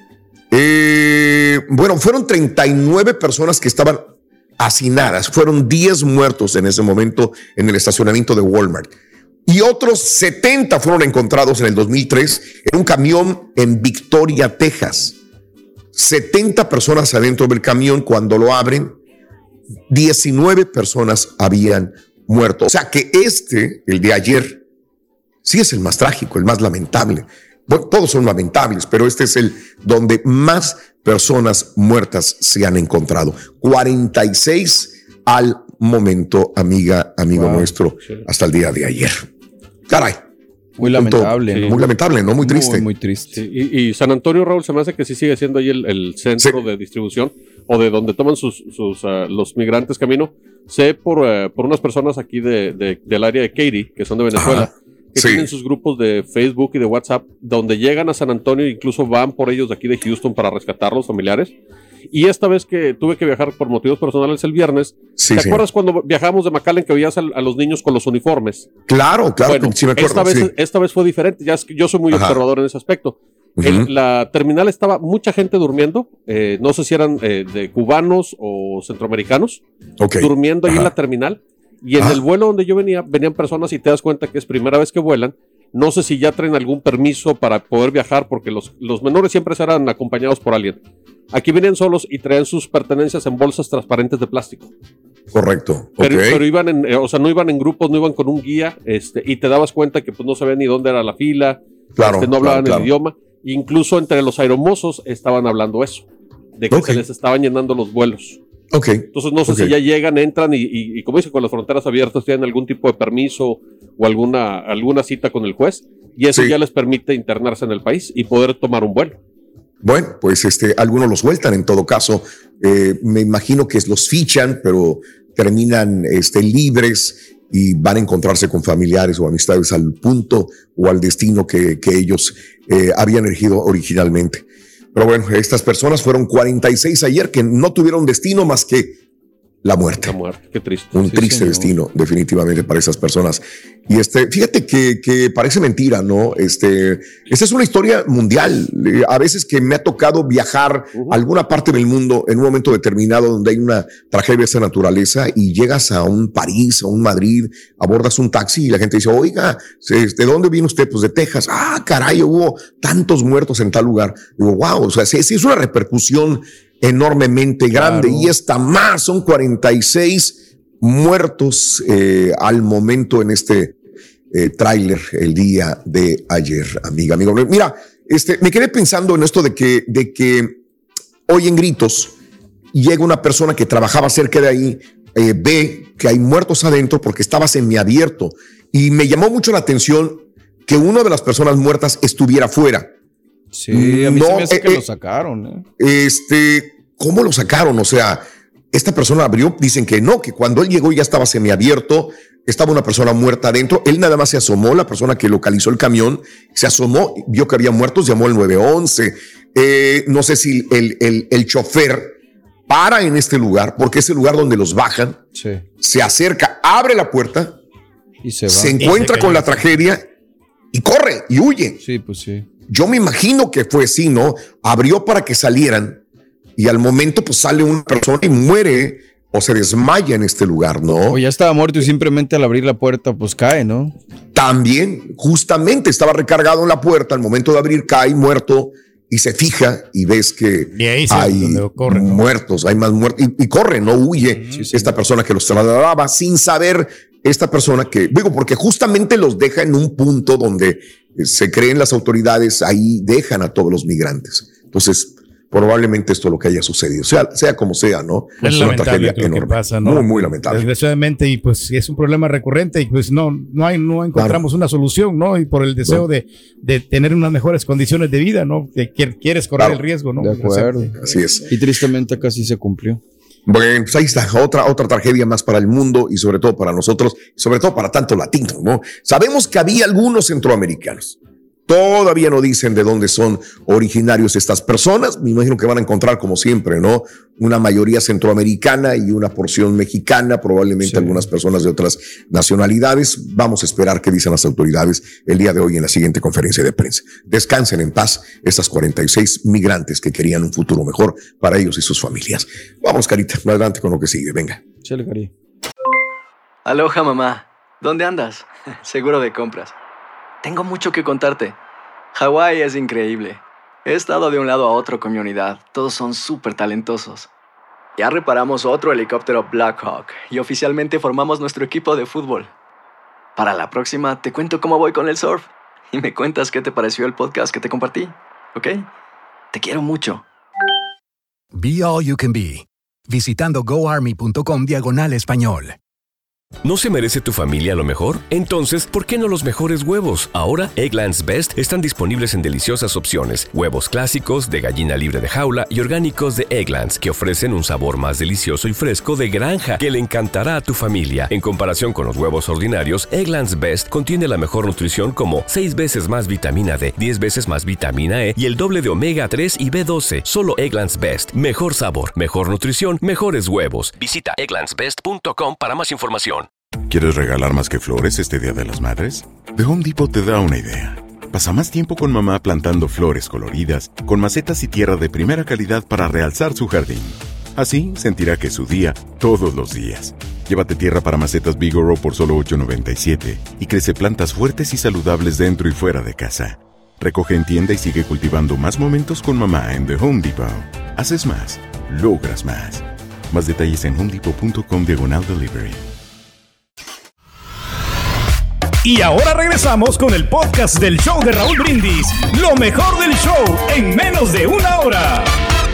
Eh, bueno, fueron treinta y nueve personas que estaban hacinadas. Fueron diez muertos en ese momento en el estacionamiento de Walmart. Y otros setenta fueron encontrados en el dos mil tres en un camión en Victoria, Texas. setenta personas adentro del camión. Cuando lo abren, diecinueve personas habían muerto. O sea que este, el de ayer, sí es el más trágico, el más lamentable. Bueno, todos son lamentables, pero este es el donde más personas muertas se han encontrado. cuarenta y seis al momento, amiga, amigo wow, nuestro, sí, hasta el día de ayer. Caray. Muy lamentable. Sí. ¿no? Muy lamentable, ¿no? Muy triste. Muy, muy triste. Sí, y, y San Antonio, Raúl, se me hace que sí sigue siendo ahí el, el centro sí. de distribución, o de donde toman sus, sus uh, los migrantes camino. Sé por, uh, por unas personas aquí de, de, del área de Katy, que son de Venezuela, Ajá. que sí. tienen sus grupos de Facebook y de WhatsApp, donde llegan a San Antonio e incluso van por ellos de aquí de Houston para rescatar a los familiares. Y esta vez que tuve que viajar por motivos personales el viernes, sí, ¿te sí. acuerdas cuando viajamos de McAllen que veías a, a los niños con los uniformes? Claro, claro, bueno, sí me acuerdo. Esta vez, sí. esta vez fue diferente, ya es que yo soy muy Ajá. observador en ese aspecto. Uh-huh. El, la terminal estaba mucha gente durmiendo, eh, no sé si eran eh, de cubanos o centroamericanos, okay. durmiendo ahí Ajá. en la terminal. Y en Ajá. el vuelo donde yo venía, venían personas y te das cuenta que es primera vez que vuelan. No sé si ya traen algún permiso para poder viajar, porque los, los menores siempre serán acompañados por alguien. Aquí venían solos y traían sus pertenencias en bolsas transparentes de plástico. Correcto. Pero, okay. pero iban en, o sea, no iban en grupos, no iban con un guía, este, y te dabas cuenta que pues no sabían ni dónde era la fila, claro, este, no hablaban claro, el claro. idioma. Incluso entre los aeromozos estaban hablando eso, de que okay. se les estaban llenando los vuelos. Okay. Entonces no sé okay. si ya llegan, entran y, y, y como dicen, con las fronteras abiertas tienen algún tipo de permiso o alguna, alguna cita con el juez, y eso sí. ya les permite internarse en el país y poder tomar un vuelo. Bueno, pues este, algunos los sueltan en todo caso. Eh, me imagino que los fichan, pero terminan este, libres y van a encontrarse con familiares o amistades al punto o al destino que, que ellos eh, habían elegido originalmente. Pero bueno, estas personas fueron cuarenta y seis ayer que no tuvieron destino más que la muerte. La muerte, qué triste. Un sí, triste señor. destino, definitivamente, para esas personas. Y este, fíjate que, que parece mentira, ¿no? Este, esta es una historia mundial. A veces que me ha tocado viajar uh-huh. a alguna parte del mundo en un momento determinado donde hay una tragedia de esa naturaleza y llegas a un París, a un Madrid, abordas un taxi y la gente dice, oiga, ¿de dónde viene usted? Pues de Texas. Ah, caray, hubo tantos muertos en tal lugar. Digo, wow, o sea, sí, sí es una repercusión enormemente grande claro. y esta más, son cuarenta y seis muertos eh, al momento en este eh, tráiler el día de ayer, amiga, amigo. Mira, este, me quedé pensando en esto de que, de que hoy en Gritos llega una persona que trabajaba cerca de ahí, eh, ve que hay muertos adentro porque estaba semiabierto y me llamó mucho la atención que una de las personas muertas estuviera fuera. Sí, a mí no, se me hace eh, que eh, lo sacaron. ¿eh? Este, ¿cómo lo sacaron? O sea, esta persona abrió, dicen que no, que cuando él llegó ya estaba semiabierto, estaba una persona muerta adentro, él nada más se asomó, la persona que localizó el camión, se asomó, vio que había muertos, llamó al nueve once. Eh, no sé si el, el, el chofer para en este lugar, porque es el lugar donde los bajan, sí. se acerca, abre la puerta, y se, va. se encuentra se con la tragedia y corre y huye. Sí, pues sí. Yo me imagino que fue así, ¿no? Abrió para que salieran y al momento pues sale una persona y muere o se desmaya en este lugar, ¿no? O ya estaba muerto y simplemente al abrir la puerta pues cae, ¿no? También, justamente estaba recargado en la puerta, al momento de abrir cae muerto y se fija y ves que y ahí hay corre, ¿no? muertos, hay más muertos y, y corre, no huye sí, sí. esta persona que los trasladaba sin saber esta persona que, digo, porque justamente los deja en un punto donde se creen las autoridades, ahí dejan a todos los migrantes. Entonces, probablemente esto es lo que haya sucedido, sea, sea como sea, ¿no? Es, es una tragedia enorme. Que pasa, ¿no? Muy, muy lamentable. Desgraciadamente, y pues es un problema recurrente y pues no, no hay, no encontramos claro. una solución, ¿no? Y por el deseo no. de, de tener unas mejores condiciones de vida, ¿no? Que quieres correr claro. el riesgo, ¿no? De acuerdo. Así es. Y tristemente casi se cumplió. Bueno, pues ahí está, otra, otra tragedia más para el mundo y sobre todo para nosotros, sobre todo para tanto latinos, ¿no? Sabemos que había algunos centroamericanos. Todavía no dicen de dónde son originarios estas personas. Me imagino que van a encontrar, como siempre, ¿no? Una mayoría centroamericana y una porción mexicana, probablemente sí. algunas personas de otras nacionalidades. Vamos a esperar qué dicen las autoridades el día de hoy en la siguiente conferencia de prensa. Descansen en paz estas cuarenta y seis migrantes que querían un futuro mejor para ellos y sus familias. Vamos, Carita, adelante con lo que sigue, venga. Chale, Cari. Aloha, mamá. ¿Dónde andas? Seguro de compras. Tengo mucho que contarte. Hawái es increíble. He estado de un lado a otro con mi unidad. Todos son súper talentosos. Ya reparamos otro helicóptero Blackhawk y oficialmente formamos nuestro equipo de fútbol. Para la próxima te cuento cómo voy con el surf y me cuentas qué te pareció el podcast que te compartí, ¿ok? Te quiero mucho. Be All You Can Be. Visitando goarmy.com diagonal español. ¿No se merece tu familia lo mejor? Entonces, ¿por qué no los mejores huevos? Ahora, Eggland's Best están disponibles en deliciosas opciones. Huevos clásicos, de gallina libre de jaula y orgánicos de Eggland's, que ofrecen un sabor más delicioso y fresco de granja que le encantará a tu familia. En comparación con los huevos ordinarios, Eggland's Best contiene la mejor nutrición como seis veces más vitamina D, diez veces más vitamina E y el doble de omega tres y B doce. Solo Eggland's Best. Mejor sabor, mejor nutrición, mejores huevos. Visita egglands best punto com para más información. ¿Quieres regalar más que flores este Día de las Madres? The Home Depot te da una idea. Pasa más tiempo con mamá plantando flores coloridas, con macetas y tierra de primera calidad para realzar su jardín. Así sentirá que es su día todos los días. Llévate tierra para macetas Vigoro por solo ocho noventa y siete y crece plantas fuertes y saludables dentro y fuera de casa. Recoge en tienda y sigue cultivando más momentos con mamá en The Home Depot. Haces más, logras más. Más detalles en homedepot punto com diagonal delivery. Y ahora regresamos con el podcast del show de Raúl Brindis. Lo mejor del show en menos de una hora.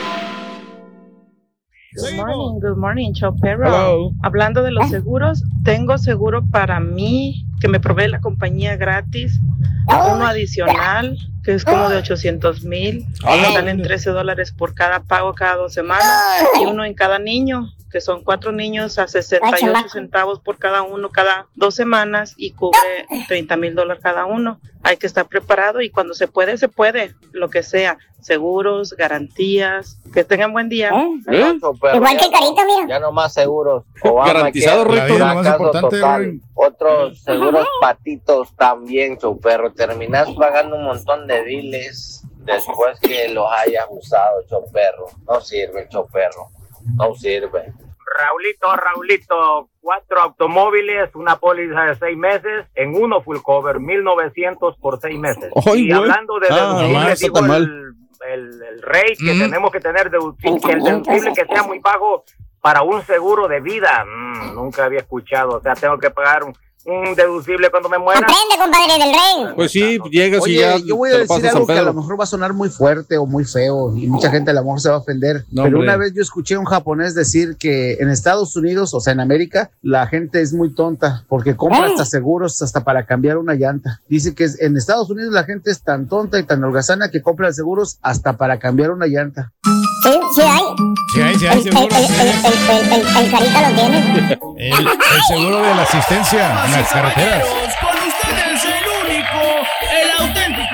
Good morning, good morning, show perro. Hello. Hablando de los seguros, tengo seguro para mí que me provee la compañía gratis. Uno adicional que es como de ochocientos mil. Salen trece dólares por cada pago cada dos semanas. Y uno en cada niño, que son cuatro niños a sesenta y ocho centavos por cada uno cada dos semanas y cubre treinta mil dólares cada uno. Hay que estar preparado y cuando se puede, se puede, lo que sea, seguros, garantías, que tengan buen día. ¿Eh? Igual que Carita, mira. Ya no más seguros. Garantizado, Recto. Más importante, otros seguros patitos también, choperro. Terminas pagando un montón de biles después que los hayas usado, choperro. No sirve el choperro. No sirve. Raulito, Raulito, cuatro automóviles, una póliza de seis meses, en uno full cover, mil novecientos por seis meses. Ay, y güey. hablando de Ah, deducible, está digo, tan el, mal. el, el rate que Mm. tenemos que tener deducible, que el deducible que sea muy bajo para un seguro de vida. Mm, nunca había escuchado, o sea, tengo que pagar un, un deducible cuando me muera. Aprende, compadre del rey. Pues sí, llegas Oye, y ya. yo voy a te lo decir pasas algo que a Pedro. lo mejor va a sonar muy fuerte o muy feo y mucha gente a lo mejor se va a ofender, No, pero hombre. una vez yo escuché a un japonés decir que en Estados Unidos, o sea, en América, la gente es muy tonta porque compra hasta seguros hasta para cambiar una llanta. Dice que es- en Estados Unidos la gente es tan tonta y tan holgazana que compra seguros hasta para cambiar una llanta. Sí, sí hay. Sí hay, sí hay El, el, seguro. el, el, el, el, el Carita lo tiene. El, el seguro de la asistencia en las carreteras. Con ustedes el único, el auténtico.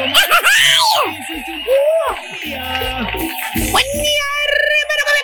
Buen día, pero que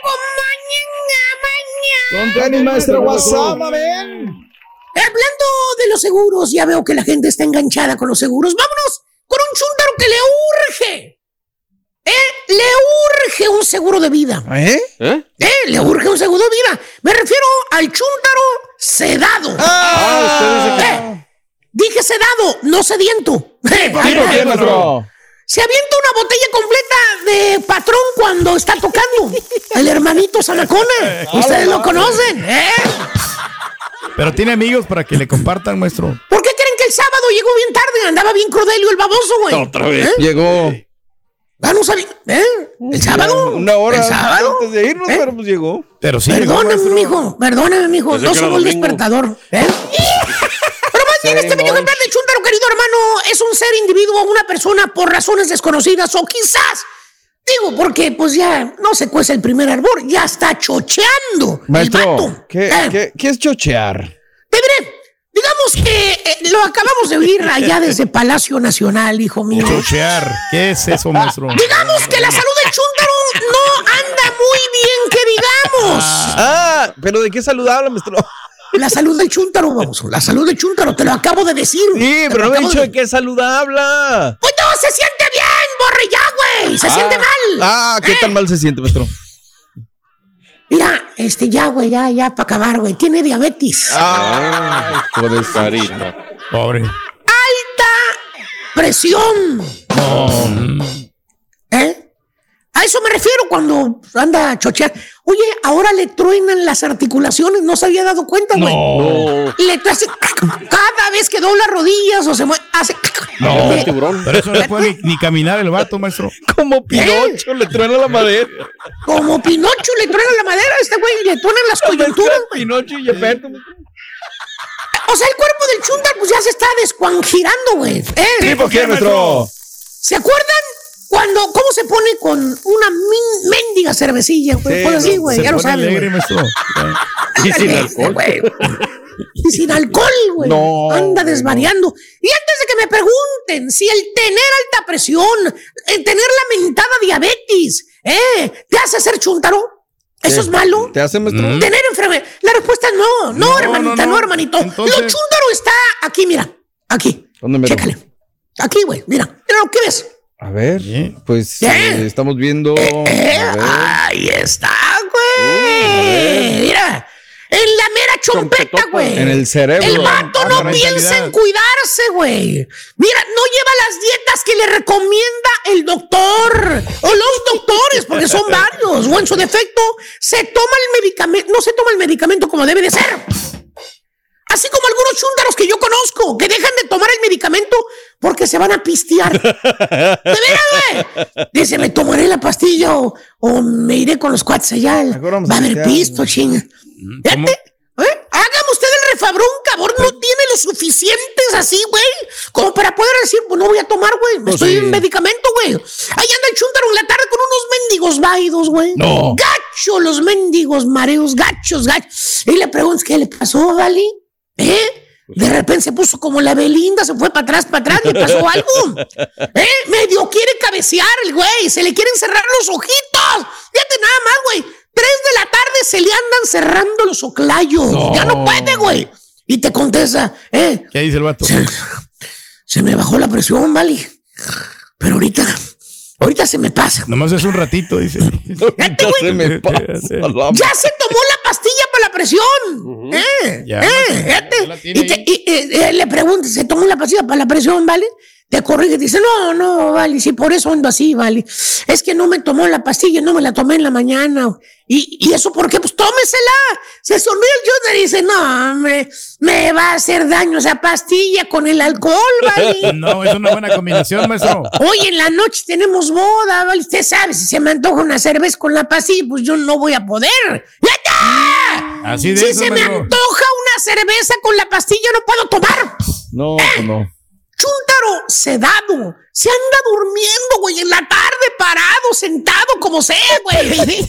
me Con tenis, maestro, WhatsApp, ven. Hablando de los seguros, ya veo que la gente está enganchada con los seguros. Vámonos con un chúntaro que le urge. ¿Eh? Le urge un seguro de vida. ¿Eh? ¿Eh? Le urge un seguro de vida. Me refiero al chúntaro sedado. Ah, usted dice que ¿Eh? Dije sedado, no sediento. Eh, Sí, ¿por qué, maestro? Se avienta una botella completa de patrón cuando está tocando. El hermanito Zamacona. Ustedes lo conocen, ¿eh? Pero tiene amigos para que le compartan, maestro. ¿Por qué creen que el sábado llegó bien tarde? Andaba bien Cordelio el baboso, güey. Otra vez. ¿Eh? Llegó. Ah, no sabía. ¿Eh? ¿El sábado? Una hora ¿El sábado? antes de irnos, ¿Eh? pero pues llegó. Pero sí. Perdóname, mijo. Perdóname, mijo. Pensé No que era somos el domingo. despertador. ¿Eh? Pero más bien, Sí, este video ejemplar de chúntaro, querido hermano, es un ser individuo, una persona por razones desconocidas o quizás, digo, porque pues ya no se cuece el primer árbol, ya está chocheando. el Maestro, vato. ¿qué, ¿Eh? qué, ¿qué es chochear? Te diré. Digamos que eh, lo acabamos de oír allá desde Palacio Nacional, hijo mío. Chochear. ¿Qué es eso, maestro? Digamos que la salud del chúntaro no anda muy bien, que digamos. Ah, pero ¿de qué saludable, maestro? La salud del chúntaro, vamos. La salud del chúntaro, te lo acabo de decir. Sí, Te pero lo no he acabo dicho de- de qué saludable. Pues no, se siente bien, borre ya, güey. Se Ah. siente mal. Ah, ¿qué tan mal se siente, maestro? Mira, este, ya, güey, ya, ya, para acabar, güey. Tiene diabetes. Ah, pobre carita. Pobre. Alta presión. ¿Eh? A eso me refiero cuando anda a chochear. Oye, ahora le truenan las articulaciones. No se había dado cuenta, güey. No. Le hace cada vez que dobla rodillas o se mueve, hace. No, Eh, pero eso no puede ni, ni caminar el vato, maestro. Como Pinocho, le truena la madera. Como Pinocho le truena la madera a este güey, le truenan las coyunturas, güey. Pinocho y Gepetto. O sea, el cuerpo del Chuntaro pues ya se está descuangirando, güey. ¿Eh? ¿Sí, por qué, maestro? ¿Se acuerdan cuando, cómo se pone con una min- mendiga cervecilla? Pues, sí, pues así, güey, no, ya lo saben. Y sin alcohol. Güey. Y sin alcohol, güey. No, anda desvariando. No. Y antes de que me pregunten si el tener alta presión, el tener la mentada diabetes, ¿eh? ¿te hace ser Chuntaro? ¿Eso ¿Qué? es malo? ¿Te hace, maestro? Mm. Tener enfermedad. La respuesta es no. No, no hermanita, no, no, hermanito. Entonces... Lo Chuntaro está aquí, mira. Aquí. ¿Dónde me Chécale. Lo? Aquí, güey. Mira. Mira lo que ves. A ver, pues eh, estamos viendo. Eh, eh, ahí está, güey. Uh, mira. En la mera chompeta, güey. En el cerebro. El vato no ah, piensa en cuidarse, güey. Mira, no lleva las dietas que le recomienda el doctor o los doctores, porque son varios. O en su defecto, se toma el medicamento, no se toma el medicamento como debe de ser. Así como algunos chúntaros que yo conozco, que dejan de tomar el medicamento porque se van a pistear. ¿De veras, güey? Dice, me tomaré la pastilla o, o me iré con los cuates allá. Va a haber pisto, chinga. Fíjate, ¿eh? Hágame usted el refabrón, cabrón. No tiene lo suficientes así, güey, como para poder decir, pues no voy a tomar, güey. Me pues estoy sí. en medicamento, güey. Ahí anda el chúntaro en la tarde con unos mendigos váidos, güey. No. Gacho, los mendigos mareos, gachos, gachos. Y le preguntas, ¿qué le pasó, Vali? ¿Eh? De repente se puso como la Belinda, se fue para atrás, para atrás, ¿le pasó algo? ¿Eh? Medio quiere cabecear el güey, se le quieren cerrar los ojitos. Fíjate nada más, güey. Tres de la tarde se le andan cerrando los oclayos. No. Ya no puede, güey. Y te contesta, ¿eh? ¿Qué dice el vato? Se, se me bajó la presión, Vali. Pero ahorita, ahorita se me pasa. Nomás es un ratito, dice. Fíjate, güey. Se me pasa. Ya se tomó la pastilla para la presión. Uh-huh. ¿Eh? Ya, ¿Eh? Fíjate. Y, te, y, y, y le preguntas, ¿se tomó la pastilla para la presión, Vale? Te corrige y te dice, no, no, Vale, sí, por eso ando así, Vale. Es que no me tomó la pastilla, no me la tomé en la mañana. ¿Y, y eso por qué? Pues tómesela. Se sonríe el Junior y dice, no, hombre, me va a hacer daño esa pastilla con el alcohol, Vale. No, es una buena combinación, maestro. Hoy en la noche tenemos boda, Vale. Usted sabe, si se me antoja una cerveza con la pastilla, pues yo no voy a poder. ¡Ya! Así de si eso, se me maestro. antoja una cerveza con la pastilla, no puedo tomar. No, ¿Eh? no. Chúntaro sedado, se anda durmiendo, güey, en la tarde, parado, sentado, como sea, güey. Mendiga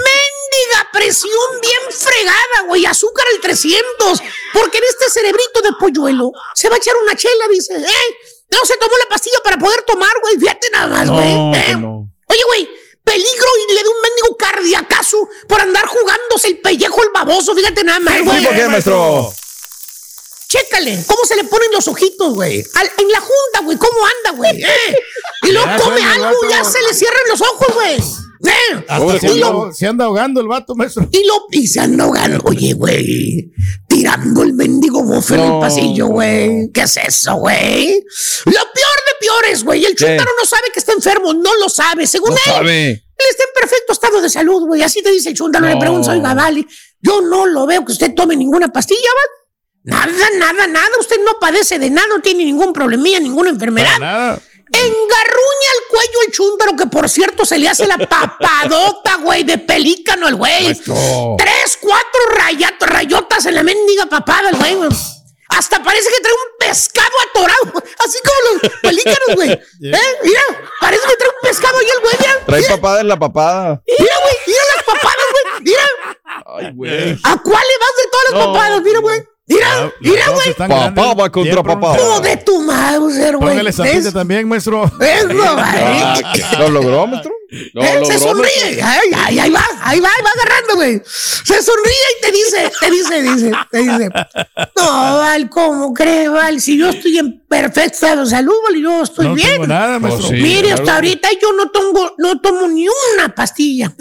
presión bien fregada, güey, azúcar al trescientos, porque en este cerebrito de polluelo se va a echar una chela, dice, eh, no se tomó la pastilla para poder tomar, güey, fíjate nada más, güey. No, eh. no. Oye, güey, peligro y le da un mendigo cardiacazo por andar jugándose el pellejo el baboso, fíjate nada más, güey. Sí, ¿por qué, maestro? Chécale, cómo se le ponen los ojitos, güey. En la junta, güey, cómo anda, güey. ¿Eh? Y luego come algo y ya se le cierran los ojos, güey. ¿Eh? Hasta se, lo, anda, se anda ahogando el vato, maestro. Y, lo, y se anda ahogando, oye, güey. Tirando el mendigo bofe no. en el pasillo, güey. ¿Qué es eso, güey? Lo peor de peores, güey. El chúntaro no sabe que está enfermo, no lo sabe. Según no él, sabe. él está en perfecto estado de salud, güey. Así te dice el chúntaro. No. Le preguntas, oiga, vale, yo no lo veo que usted tome ninguna pastilla, ¿vale? Nada, nada, nada. Usted no padece de nada, no tiene ningún problemilla, ninguna enfermedad. Nada. Engarruña el cuello el chúntaro, que por cierto se le hace la papadota, güey, de pelícano al güey. Tres, cuatro rayatos, rayotas en la mendiga papada el güey. Hasta parece que trae un pescado atorado, así como los pelícanos, güey. Yeah. ¿Eh? Mira, parece que trae un pescado ahí el güey. Mira, trae mira. papada en la papada. Mira, güey, mira las papadas, güey. Mira. Ay, güey. ¿A cuál le vas de todas las no. papadas? Mira, güey. Mira, mira, güey. Papá va contra papá. No, de tu madre, güey. Póngale zapita también, maestro. Eso, güey. ¿Lo logró, maestro? Lo Él logró, se sonríe. Ay, ay, ahí va, ahí va, ahí va agarrando, güey. Se sonríe y te dice, te dice, dice, te dice. No, Val, ¿cómo crees, Val? Si yo estoy en perfecto estado de salud, Val, yo estoy no bien. No tengo nada, maestro. Oh, sí, Mire, claro. hasta ahorita yo no tomo, no tomo ni una pastilla.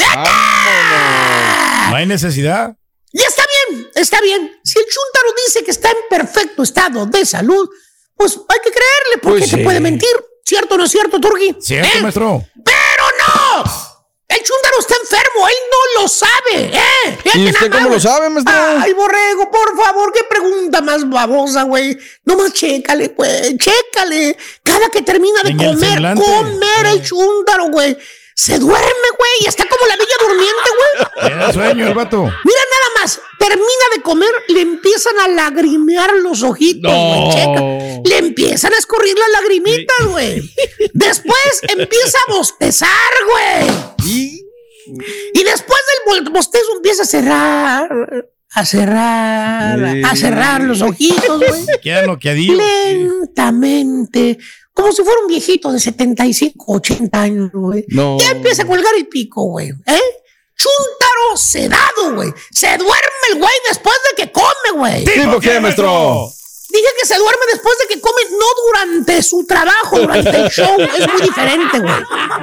¡Ah! No hay necesidad. Y está bien, está bien. Si el chúntaro dice que está en perfecto estado de salud, pues hay que creerle, porque pues sí. se puede mentir. ¿Cierto o no es cierto, Turgi? Cierto, ¿Eh? maestro. ¡Pero no! El chúntaro está enfermo, él no lo sabe, ¿eh? ¿Y usted cómo lo sabe, maestro? Ay, borrego, por favor, qué pregunta más babosa, güey. Nomás chécale, güey, chécale. Cada que termina de en comer, el comer el chúntaro, güey. Se duerme, güey, y está como la bella durmiente, güey. Tiene sueño el vato. Mira nada más, te termina de comer, le empiezan a lagrimear los ojitos, güey. No. Checa. Le empiezan a escurrir las lagrimitas, güey. Después empieza a bostezar, güey. ¿Y? Y después del bostezo empieza a cerrar, a cerrar, sí. a cerrar los ojitos, güey. Queda noqueadillo. Lentamente. Como si fuera un viejito de setenta y cinco, ochenta años, güey. No. Ya empieza a colgar el pico, güey. ¿Eh? Chúntaro sedado, güey. Se duerme el güey después de que come, güey. ¿Tipo qué, maestro? Dije que se duerme después de que come, no durante su trabajo, durante el show. Es muy diferente, güey.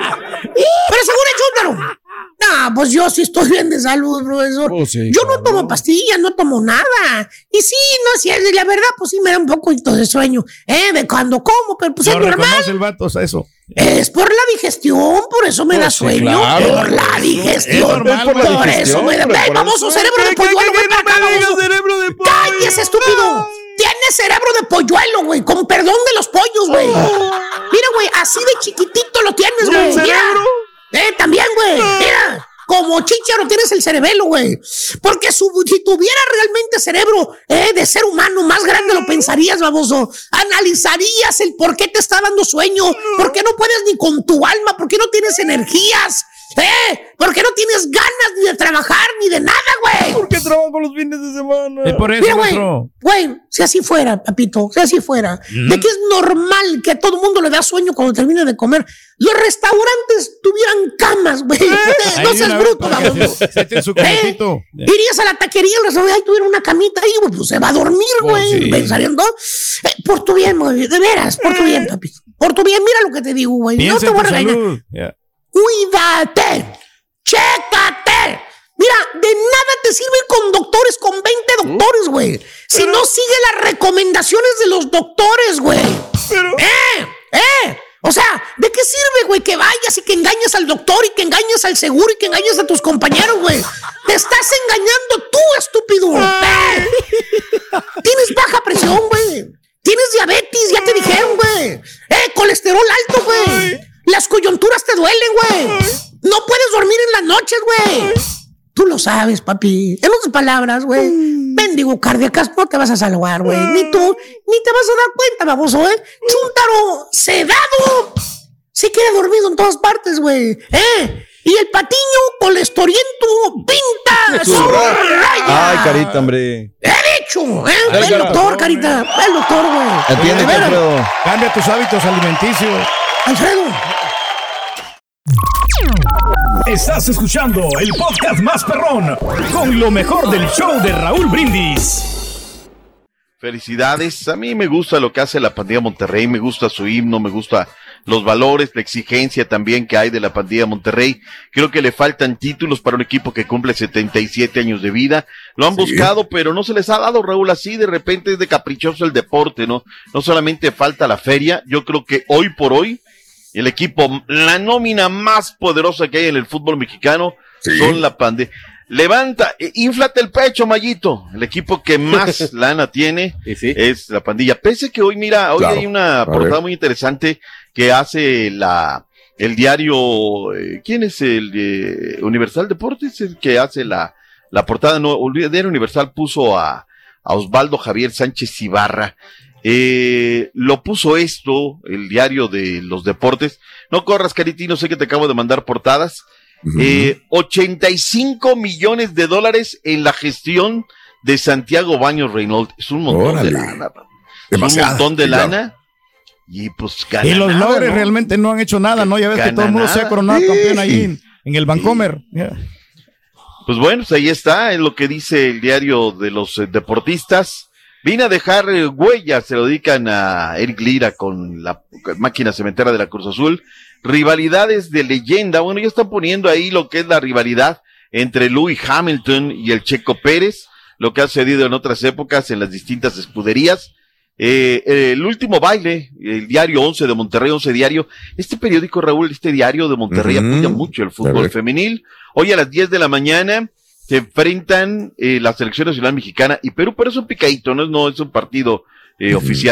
Pero según el chúntaro. No, pues yo sí estoy bien de salud, profesor. Oh, sí, yo no tomo pastillas, no tomo nada. Y sí, no es cierto, la verdad, pues sí me da un poco de sueñño, ¿eh? De cuando como, pero pues no es normal. El vato, o sea, eso. Es por la digestión, por eso me oh, da sueño. Sí, claro, por la digestión. Es normal, por, por la eso me da. ¡Ven, baboso, cerebro de polluelo! ¡Ven para acá, baboso! ¡Cállese, estúpido! Tiene cerebro de polluelo, güey, con perdón de los pollos, güey. Mira, güey, así de chiquitito lo tienes, güey. Mira. Eh, también, güey. Mira, como chícharo tienes el cerebelo, güey. Porque su, si tuviera realmente cerebro eh, de ser humano más grande, lo pensarías, baboso. Analizarías el por qué te está dando sueño. ¿Por qué no puedes ni con tu alma? ¿Por qué no tienes energías? ¿Eh? ¿Por qué no tienes ganas ni de trabajar ni de nada, güey? ¿Por qué trabajo los fines de semana? Es por eso, mira, güey, güey, si así fuera, papito, si así fuera, mm. de que es normal que a todo mundo le da sueño cuando termina de comer. Los restaurantes tuvieran camas, güey. ¿Eh? No seas bruto, vamos. ¿Eh? Irías a la taquería y les ay, tuviera una camita ahí, güey, pues se va a dormir, güey. Oh, sí. Pensarían, ¿no? Eh, por tu bien, güey, de veras, por tu bien, papito. Por tu bien, mira lo que te digo, güey. No te voy a regañar. Yeah. Cuídate, chécate. Mira, de nada te sirve ir con doctores, con veinte doctores, güey. Si no sigue las recomendaciones de los doctores, güey. Pero... ¡Eh! ¡Eh! O sea, ¿de qué sirve, güey, que vayas y que engañes al doctor y que engañes al seguro y que engañes a tus compañeros, güey? Te estás engañando tú, estúpido. ¡Eh! Tienes baja presión, güey. Tienes diabetes, ya te dijeron, güey. ¡Eh! Colesterol alto, güey. Las coyunturas te duelen, güey. No puedes dormir en las noches, güey. Tú lo sabes, papi. En otras palabras, güey. Mendigo cardíacas, no te vas a salvar, güey. Ni tú, ni te vas a dar cuenta, baboso, ¿eh? Chúntaro sedado. Se queda dormido en todas partes, güey. ¿Eh? Y el patiño colestoriento pinta su raya. Ay, carita, hombre. He dicho, ¿eh? Ve el doctor, carita. Ve el doctor, güey. Entiende, Alfredo. Cambia tus hábitos alimenticios. Alfredo. Estás escuchando el podcast más perrón con lo mejor del show de Raúl Brindis. Felicidades, a mí me gusta lo que hace la Pandilla Monterrey, me gusta su himno, me gusta los valores, la exigencia también que hay de la Pandilla Monterrey. Creo que le faltan títulos para un equipo que cumple setenta y siete años de vida. Lo han sí. buscado, pero no se les ha dado, Raúl, así de repente es de caprichoso el deporte, ¿no? No solamente falta la feria, yo creo que hoy por hoy el equipo, la nómina más poderosa que hay en el fútbol mexicano, sí. son la Pandilla. Levanta, eh, inflate el pecho, Mayito. El equipo que más lana tiene sí? es la Pandilla. Pese que hoy, mira, hoy claro. hay una portada ver. muy interesante que hace la el diario, eh, ¿quién es el eh, Universal Deportes? El que hace la, la portada, no, el diario Universal puso a, a Osvaldo Javier Sánchez Ibarra. Eh, lo puso esto, el diario de los deportes. No corras, Caritino, sé que te acabo de mandar portadas. Uh-huh. eh, ochenta y cinco millones de dólares en la gestión de Santiago Baños Reynold. Es un montón Órale. de lana. Es un montón de lana. Y pues gana Y los nada, Logres ¿no? realmente no han hecho nada, ¿no? Ya ves que todo el mundo se ha coronado sí. campeón ahí en, en el Vancomer. Sí. Yeah. Pues bueno, pues ahí está, es lo que dice el diario de los eh, deportistas. Vine a dejar eh, huellas, se lo dedican a Eric Lira con la máquina cementera de la Cruz Azul. Rivalidades de leyenda, bueno, ya están poniendo ahí lo que es la rivalidad entre Lewis Hamilton y el Checo Pérez, lo que ha sucedido en otras épocas en las distintas escuderías. Eh, eh, el último baile, el diario once de Monterrey, once Diario, este periódico, Raúl, este diario de Monterrey uh-huh. apoya mucho el fútbol femenil. Hoy a las diez de la mañana se enfrentan eh, la selección nacional mexicana y Perú, pero es un picadito, no, no es un partido eh, uh-huh. oficial.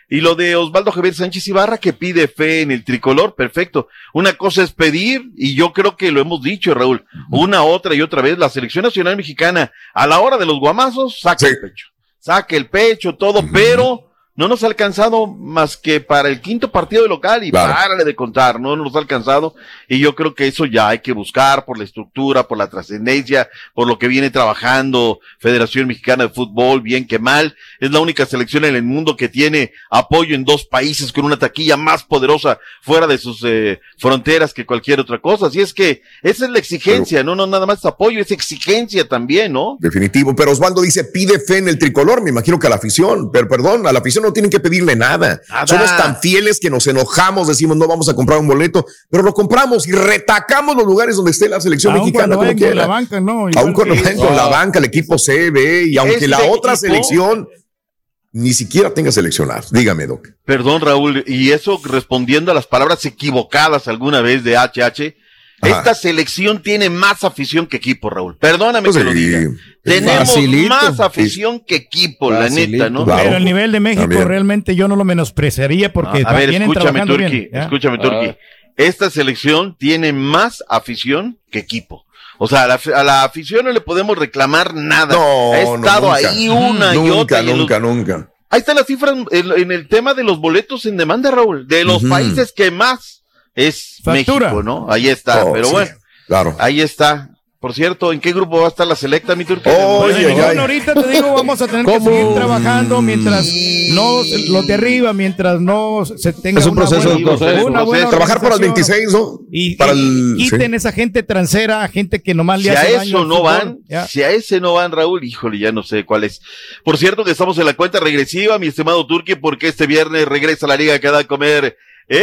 Y lo de Osvaldo Javier Sánchez Ibarra, que pide fe en el tricolor, perfecto. Una cosa es pedir, y yo creo que lo hemos dicho, Raúl, una, otra y otra vez, la selección nacional mexicana, a la hora de los guamazos, saca sí. el pecho. Saca el pecho, todo, uh-huh. pero no nos ha alcanzado más que para el quinto partido de local y claro. párale de contar, no nos ha alcanzado y yo creo que eso ya hay que buscar por la estructura, por la trascendencia, por lo que viene trabajando Federación Mexicana de Fútbol, bien que mal, es la única selección en el mundo que tiene apoyo en dos países con una taquilla más poderosa fuera de sus eh, fronteras que cualquier otra cosa, así es que esa es la exigencia, pero, no, no nada más apoyo, es exigencia también, ¿no? Definitivo, pero Osvaldo dice, pide fe en el tricolor, me imagino que a la afición, pero perdón, a la afición no tienen que pedirle nada. nada. Somos tan fieles que nos enojamos, decimos no vamos a comprar un boleto, pero lo compramos y retacamos los lugares donde esté la selección aún mexicana. Como quiera. La banca, no, aún cuando vayan con la banca, el equipo C, B, y aunque la otra equipo? selección ni siquiera tenga seleccionar. Dígame, Doc. Perdón, Raúl, y eso respondiendo a las palabras equivocadas alguna vez de H H, Ajá. esta selección tiene más afición que equipo, Raúl. Perdóname pues que sí. lo diga. Tenemos Facilito. más afición que equipo, Facilito. la neta, ¿no? Claro. Pero el nivel de México También. realmente yo no lo menospreciaría porque a ver, vienen escúchame, trabajando Turki, bien. ¿Ya? Escúchame, Turki. Ah. Esta selección tiene más afición que equipo. O sea, a la, a la afición no le podemos reclamar nada. No, ha estado no, ahí una nunca, y otra. Nunca, y los... nunca. Ahí están las cifras en, en el tema de los boletos en demanda, Raúl. De los uh-huh. países que más es Factura. México, ¿no? Ahí está, oh, pero sí. bueno. Claro. Ahí está. Por cierto, ¿en qué grupo va a estar la selecta, mi Turquía? Oh, bueno, oye, bueno, ahorita te digo, vamos a tener que seguir trabajando mientras no, los de arriba, mientras no se tenga es un una proceso, buena, proceso, una buena trabajar por el veintiséis, ¿no? Y, para y, el, quiten sí. esa gente transera, gente que nomás le si hace a daño eso no fútbol, van, ya. si a ese no van, Raúl, híjole, ya no sé cuál es. Por cierto, que estamos en la cuenta regresiva, mi estimado Turqui, porque este viernes regresa a la liga que da a comer ¡Eh!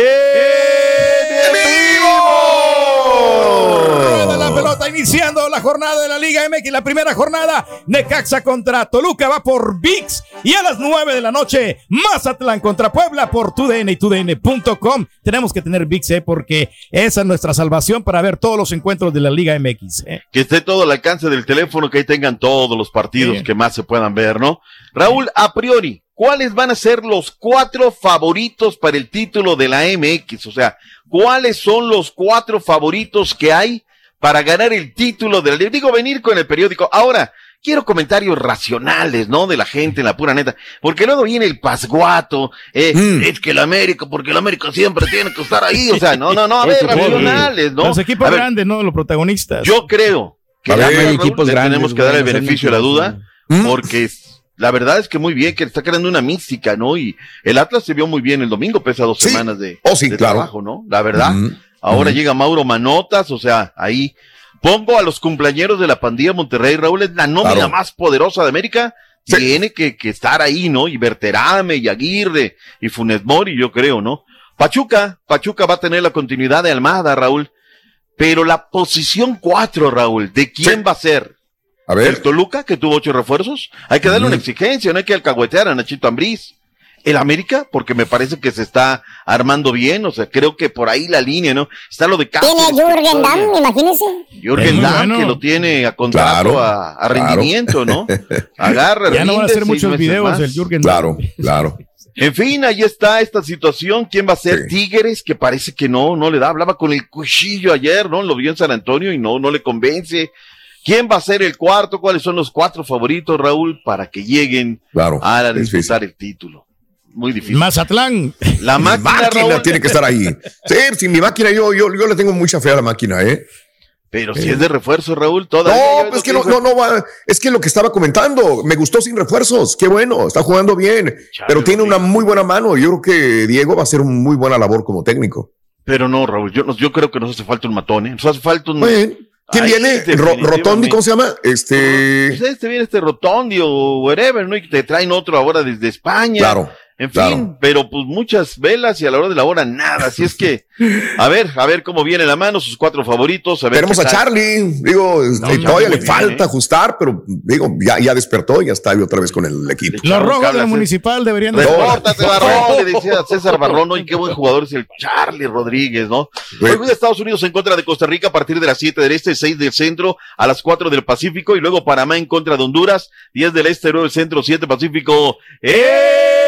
La pelota iniciando la jornada de la Liga M X, la primera jornada, Necaxa contra Toluca va por V I X y a las nueve de la noche Mazatlán contra Puebla por tu D N y tu D N punto com. Tenemos que tener V I X eh, porque esa es nuestra salvación para ver todos los encuentros de la Liga M X. Eh. Que esté todo al alcance del teléfono, que ahí tengan todos los partidos sí. que más se puedan ver, ¿no? Raúl, a priori, ¿cuáles van a ser los cuatro favoritos para el título de la M X? O sea, ¿cuáles son los cuatro favoritos que hay para ganar el título de la liga? Digo, venir con el periódico. Ahora, quiero comentarios racionales, ¿no? De la gente, en la pura neta. Porque luego viene el pasguato, eh, mm. es que el América, porque el América siempre tiene que estar ahí. O sea, no, no, no, a ver, racionales, ¿no? Los equipos grandes, ¿no? Los protagonistas. Yo creo que a ver, Raúl, equipos grandes, tenemos que dar el beneficio de la duda, ¿Mm? porque la verdad es que muy bien, que está creando una mística, ¿no? Y el Atlas se vio muy bien el domingo, pese a dos sí. semanas de, oh, sí, de claro. trabajo, ¿no? La verdad. Mm. Ahora mm. llega Mauro Manotas, o sea, ahí pongo a los cumpleañeros de la pandilla Monterrey, Raúl, es la nómina claro. más poderosa de América, sí. tiene que, que estar ahí, ¿no? Y Berterame, y Aguirre, y Funes Mori, yo creo, ¿no? Pachuca, Pachuca va a tener la continuidad de Almada, Raúl, pero la posición cuatro, Raúl, ¿de quién sí. va a ser? A ver. ¿El Toluca, que tuvo ocho refuerzos? Hay que darle mm. una exigencia, no hay que alcahuetear a Nachito Ambriz. El América, porque me parece que se está armando bien, o sea, creo que por ahí la línea, ¿no? Está lo de Cáceres. Tiene a Jürgen Damm, imagínese. Jürgen Damm, bueno. que lo tiene a contrato, claro, a, a rendimiento, claro. ¿no? Agarra, ya no van a hacer muchos videos del Jürgen Damm. Claro, claro. En fin, ahí está esta situación. ¿Quién va a ser? Sí. Tigres, que parece que no, no le da. Hablaba con el cuchillo ayer, ¿no? Lo vio en San Antonio y no, no le convence. ¿Quién va a ser el cuarto? ¿Cuáles son los cuatro favoritos, Raúl, para que lleguen claro, a disputar el título? Muy difícil. Mazatlán. La máquina, máquina Raúl. tiene que estar ahí. Sí, sin mi máquina, yo, yo, yo le tengo mucha fe a la máquina, ¿eh? Pero eh. si es de refuerzo, Raúl, todavía. No, pues es que no, no, no va. Es que lo que estaba comentando, me gustó sin refuerzos. Qué bueno, está jugando bien. Chale, pero tiene una muy buena mano. Yo creo que Diego va a hacer una muy buena labor como técnico. Pero no, Raúl, yo, yo creo que nos hace falta un matón, ¿eh? Nos hace falta un. Bueno. ¿Quién Ahí, viene? Ro- ¿Rotondi? ¿Cómo se llama? Este. Pues este viene este Rotondi o whatever, ¿no? Y te traen otro ahora desde España. Claro. En fin, claro. pero pues muchas velas y a la hora de la hora nada. Así es que, a ver, a ver cómo viene la mano, sus cuatro favoritos. A ver. Tenemos a Charlie. Digo, no, eh, todavía le falta bien, ¿eh? ajustar, pero digo, ya, ya despertó y ya está otra vez con el equipo. Los rojos de la municipal deberían de. Repórtate, Barrón, le decía a César Barrón, oye, qué buen jugador es el Charlie Rodríguez, ¿no? Hoy juega Estados Unidos en contra de Costa Rica a partir de las siete del este, seis del centro, a las cuatro del Pacífico, y luego Panamá en contra de Honduras, diez del este, nueve del centro, siete Pacífico. ¡Eh!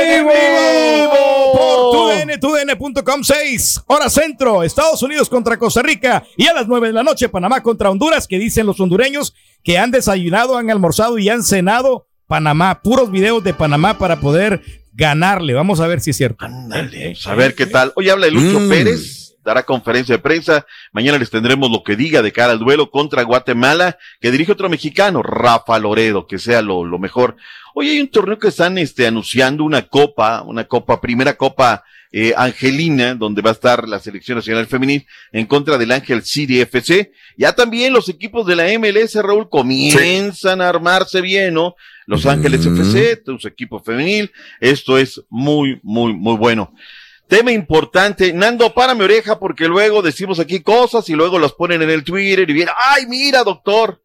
vivo por tu D N, tu D N punto com. seis hora centro, Estados Unidos contra Costa Rica, y a las nueve de la noche Panamá contra Honduras, que dicen los hondureños que han desayunado, han almorzado y han cenado Panamá, puros videos de Panamá para poder ganarle. Vamos a ver si es cierto. Ándale, a ver qué tal. Hoy habla de Lucho mm. Pérez, dará conferencia de prensa. Mañana les tendremos lo que diga de cara al duelo contra Guatemala, que dirige otro mexicano, Rafa Loredo, que sea lo, lo mejor. Hoy hay un torneo que están este, anunciando una copa, una copa, primera copa eh, Angelina, donde va a estar la selección nacional femenil en contra del Ángel City F C. Ya también los equipos de la M L S, Raúl, comienzan sí. a armarse bien, ¿no? Los Ángeles mm. F C, tu equipo femenil. Esto es muy, muy, muy bueno. Tema importante. Nando, para mi oreja, porque luego decimos aquí cosas y luego las ponen en el Twitter y viene, ay, mira, doctor.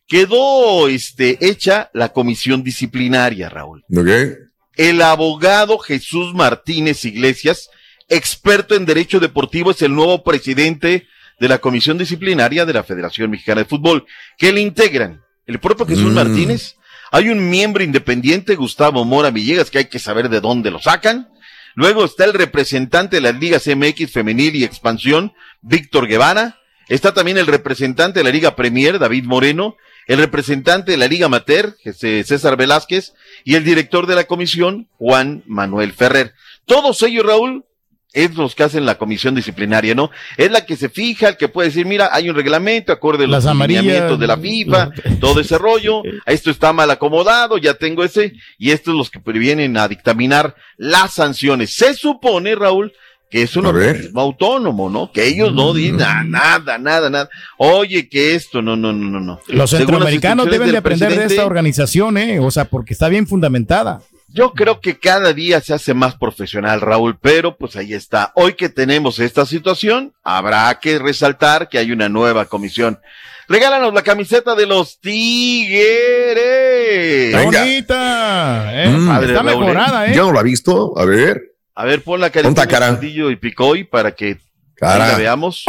Quedó este, hecha la comisión disciplinaria, Raúl. Okay. El abogado Jesús Martínez Iglesias, experto en derecho deportivo, es el nuevo presidente de la comisión disciplinaria de la Federación Mexicana de Fútbol, que le integran el propio Jesús mm. Martínez. Hay un miembro independiente, Gustavo Mora Villegas, que hay que saber de dónde lo sacan. Luego está el representante de las ligas M X Femenil y Expansión, Víctor Guevara. Está también el representante de la Liga Premier, David Moreno. El representante de la Liga Amateur, César Velázquez. Y el director de la comisión, Juan Manuel Ferrer. Todos ellos, Raúl, es los que hacen la comisión disciplinaria, ¿no? Es la que se fija, el que puede decir, mira, hay un reglamento, acorde a los lineamientos de la FIFA, todo ese rollo, esto está mal acomodado, ya tengo ese, y estos son los que vienen a dictaminar las sanciones. Se supone, Raúl, que es un organismo autónomo, ¿no? Que ellos no dicen nada, nada, nada. Oye, que esto, no, no, no, no. Los centroamericanos deben de aprender de esta organización, ¿eh? O sea, porque está bien fundamentada. Yo creo que cada día se hace más profesional, Raúl, pero pues ahí está. Hoy que tenemos esta situación, habrá que resaltar que hay una nueva comisión. Regálanos la camiseta de los Tigres. ¡Qué bonita! Eh, mm, padre, está Raúl, mejorada, ¿eh? Yo no la he visto, a ver. A ver, pon la carita de Castillo y Picoy para que la veamos.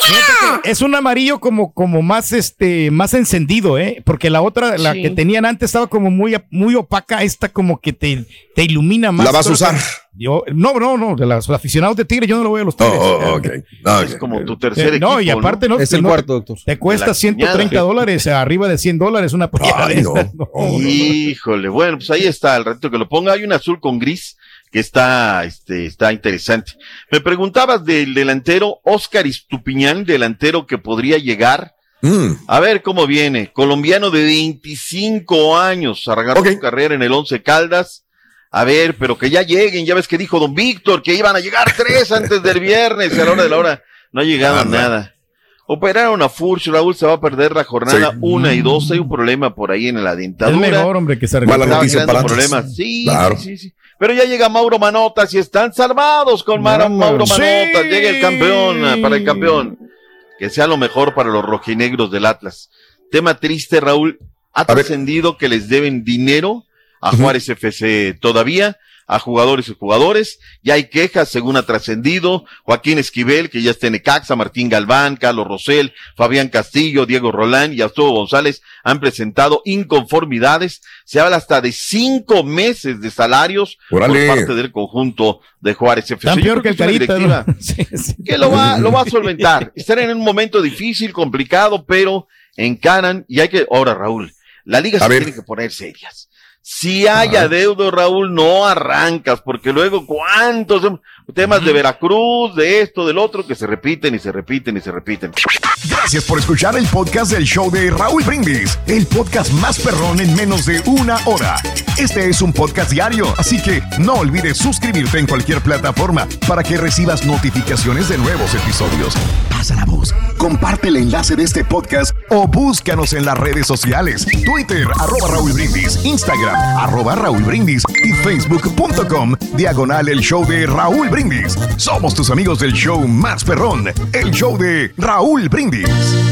Es un amarillo como, como más este, más encendido, eh, porque la otra, la sí. que tenían antes estaba como muy, muy opaca, esta como que te, te ilumina más. ¿La vas a usar? Yo, no, no, no, de los aficionados de Tigres yo no lo veo a los Tigres. Oh, oh, okay. No, es okay. como tu tercer eh, equipo. No, y aparte, ¿no? Es el no, cuarto, doctor. Te cuesta ciento treinta dólares, arriba de cien dólares, una playera. No. No, Híjole, bueno, pues ahí está, al ratito que lo ponga, hay un azul con gris que está, este, está interesante. Me preguntabas del delantero Oscar Estupiñán, delantero que podría llegar. Mm. A ver cómo viene. Colombiano de veinticinco años, arrancó okay. su carrera en el Once Caldas. A ver, pero que ya lleguen, ya ves que dijo don Víctor que iban a llegar tres antes del viernes, y a la hora de la hora no ha llegado ah, nada. Operaron a Furch, Raúl, se va a perder la jornada sí. una y dos, hay un problema por ahí en la dentadura. Es mejor, hombre, que se Mala noticia para problemas. Sí, claro. sí, sí, sí. Pero ya llega Mauro Manotas y están salvados con Mauro, Mauro Manotas. Sí. Llega el campeón, para el campeón. Que sea lo mejor para los rojinegros del Atlas. Tema triste, Raúl. Ha trascendido que les deben dinero a uh-huh. Juárez F C todavía, a jugadores y jugadores. Ya hay quejas, según ha trascendido. Joaquín Esquivel, que ya está en Necaxa, Martín Galván, Carlos Rosell, Fabián Castillo, Diego Rolán y Arturo González han presentado inconformidades. Se habla hasta de cinco meses de salarios ¡Órale! Por parte del conjunto de Juárez F C. Tan peor que el Carita, ¿no? sí, sí. Que lo va, lo va a solventar. Están en un momento difícil, complicado, pero encaran y hay que, ahora Raúl, la liga a se ver. tiene que poner serias. Si hay ah. adeudo, Raúl, no arrancas, porque luego cuántos temas de Veracruz, de esto, del otro, que se repiten y se repiten y se repiten. Gracias por escuchar el podcast del show de Raúl Brindis, el podcast más perrón en menos de una hora. Este es un podcast diario, así que no olvides suscribirte en cualquier plataforma para que recibas notificaciones de nuevos episodios. Pasa la voz, comparte el enlace de este podcast o búscanos en las redes sociales, Twitter, arroba Raúl Brindis, Instagram, arroba Raúl Brindis y facebook punto com, diagonal el show de Raúl Brindis. Somos tus amigos del show más perrón, el show de Raúl Brindis.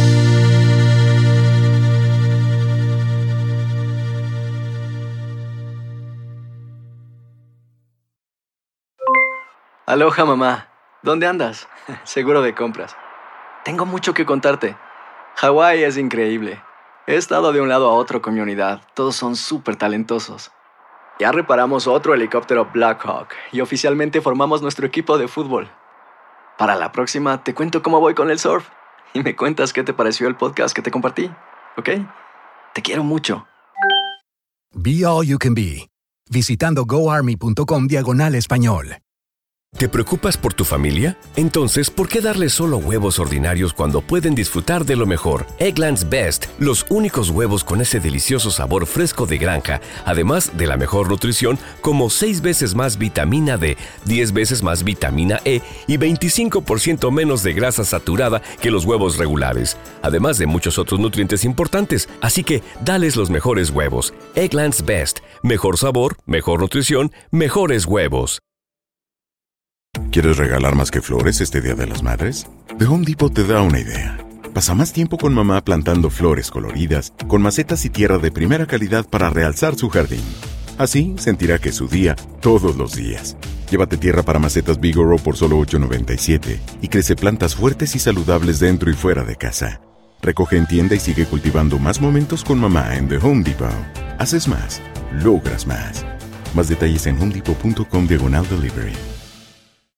Aloha, mamá. ¿Dónde andas? Seguro de compras. Tengo mucho que contarte. Hawái es increíble. He estado de un lado a otro con mi unidad. Todos son súper talentosos. Ya reparamos otro helicóptero Blackhawk y oficialmente formamos nuestro equipo de fútbol. Para la próxima te cuento cómo voy con el surf y me cuentas qué te pareció el podcast que te compartí, ¿ok? Te quiero mucho. Be All You Can Be, visitando goarmy.com diagonal español. ¿Te preocupas por tu familia? Entonces, ¿por qué darles solo huevos ordinarios cuando pueden disfrutar de lo mejor? Eggland's Best, los únicos huevos con ese delicioso sabor fresco de granja, además de la mejor nutrición, como seis veces más vitamina D, diez veces más vitamina E y veinticinco por ciento menos de grasa saturada que los huevos regulares, además de muchos otros nutrientes importantes. Así que, dales los mejores huevos. Eggland's Best, mejor sabor, mejor nutrición, mejores huevos. ¿Quieres regalar más que flores este Día de las Madres? The Home Depot te da una idea. Pasa más tiempo con mamá plantando flores coloridas, con macetas y tierra de primera calidad para realzar su jardín. Así sentirá que es su día todos los días. Llévate tierra para macetas Vigoro por solo ocho noventa y siete y crece plantas fuertes y saludables dentro y fuera de casa. Recoge en tienda y sigue cultivando más momentos con mamá en The Home Depot. Haces más, logras más. Más detalles en homedepot punto com diagonal delivery.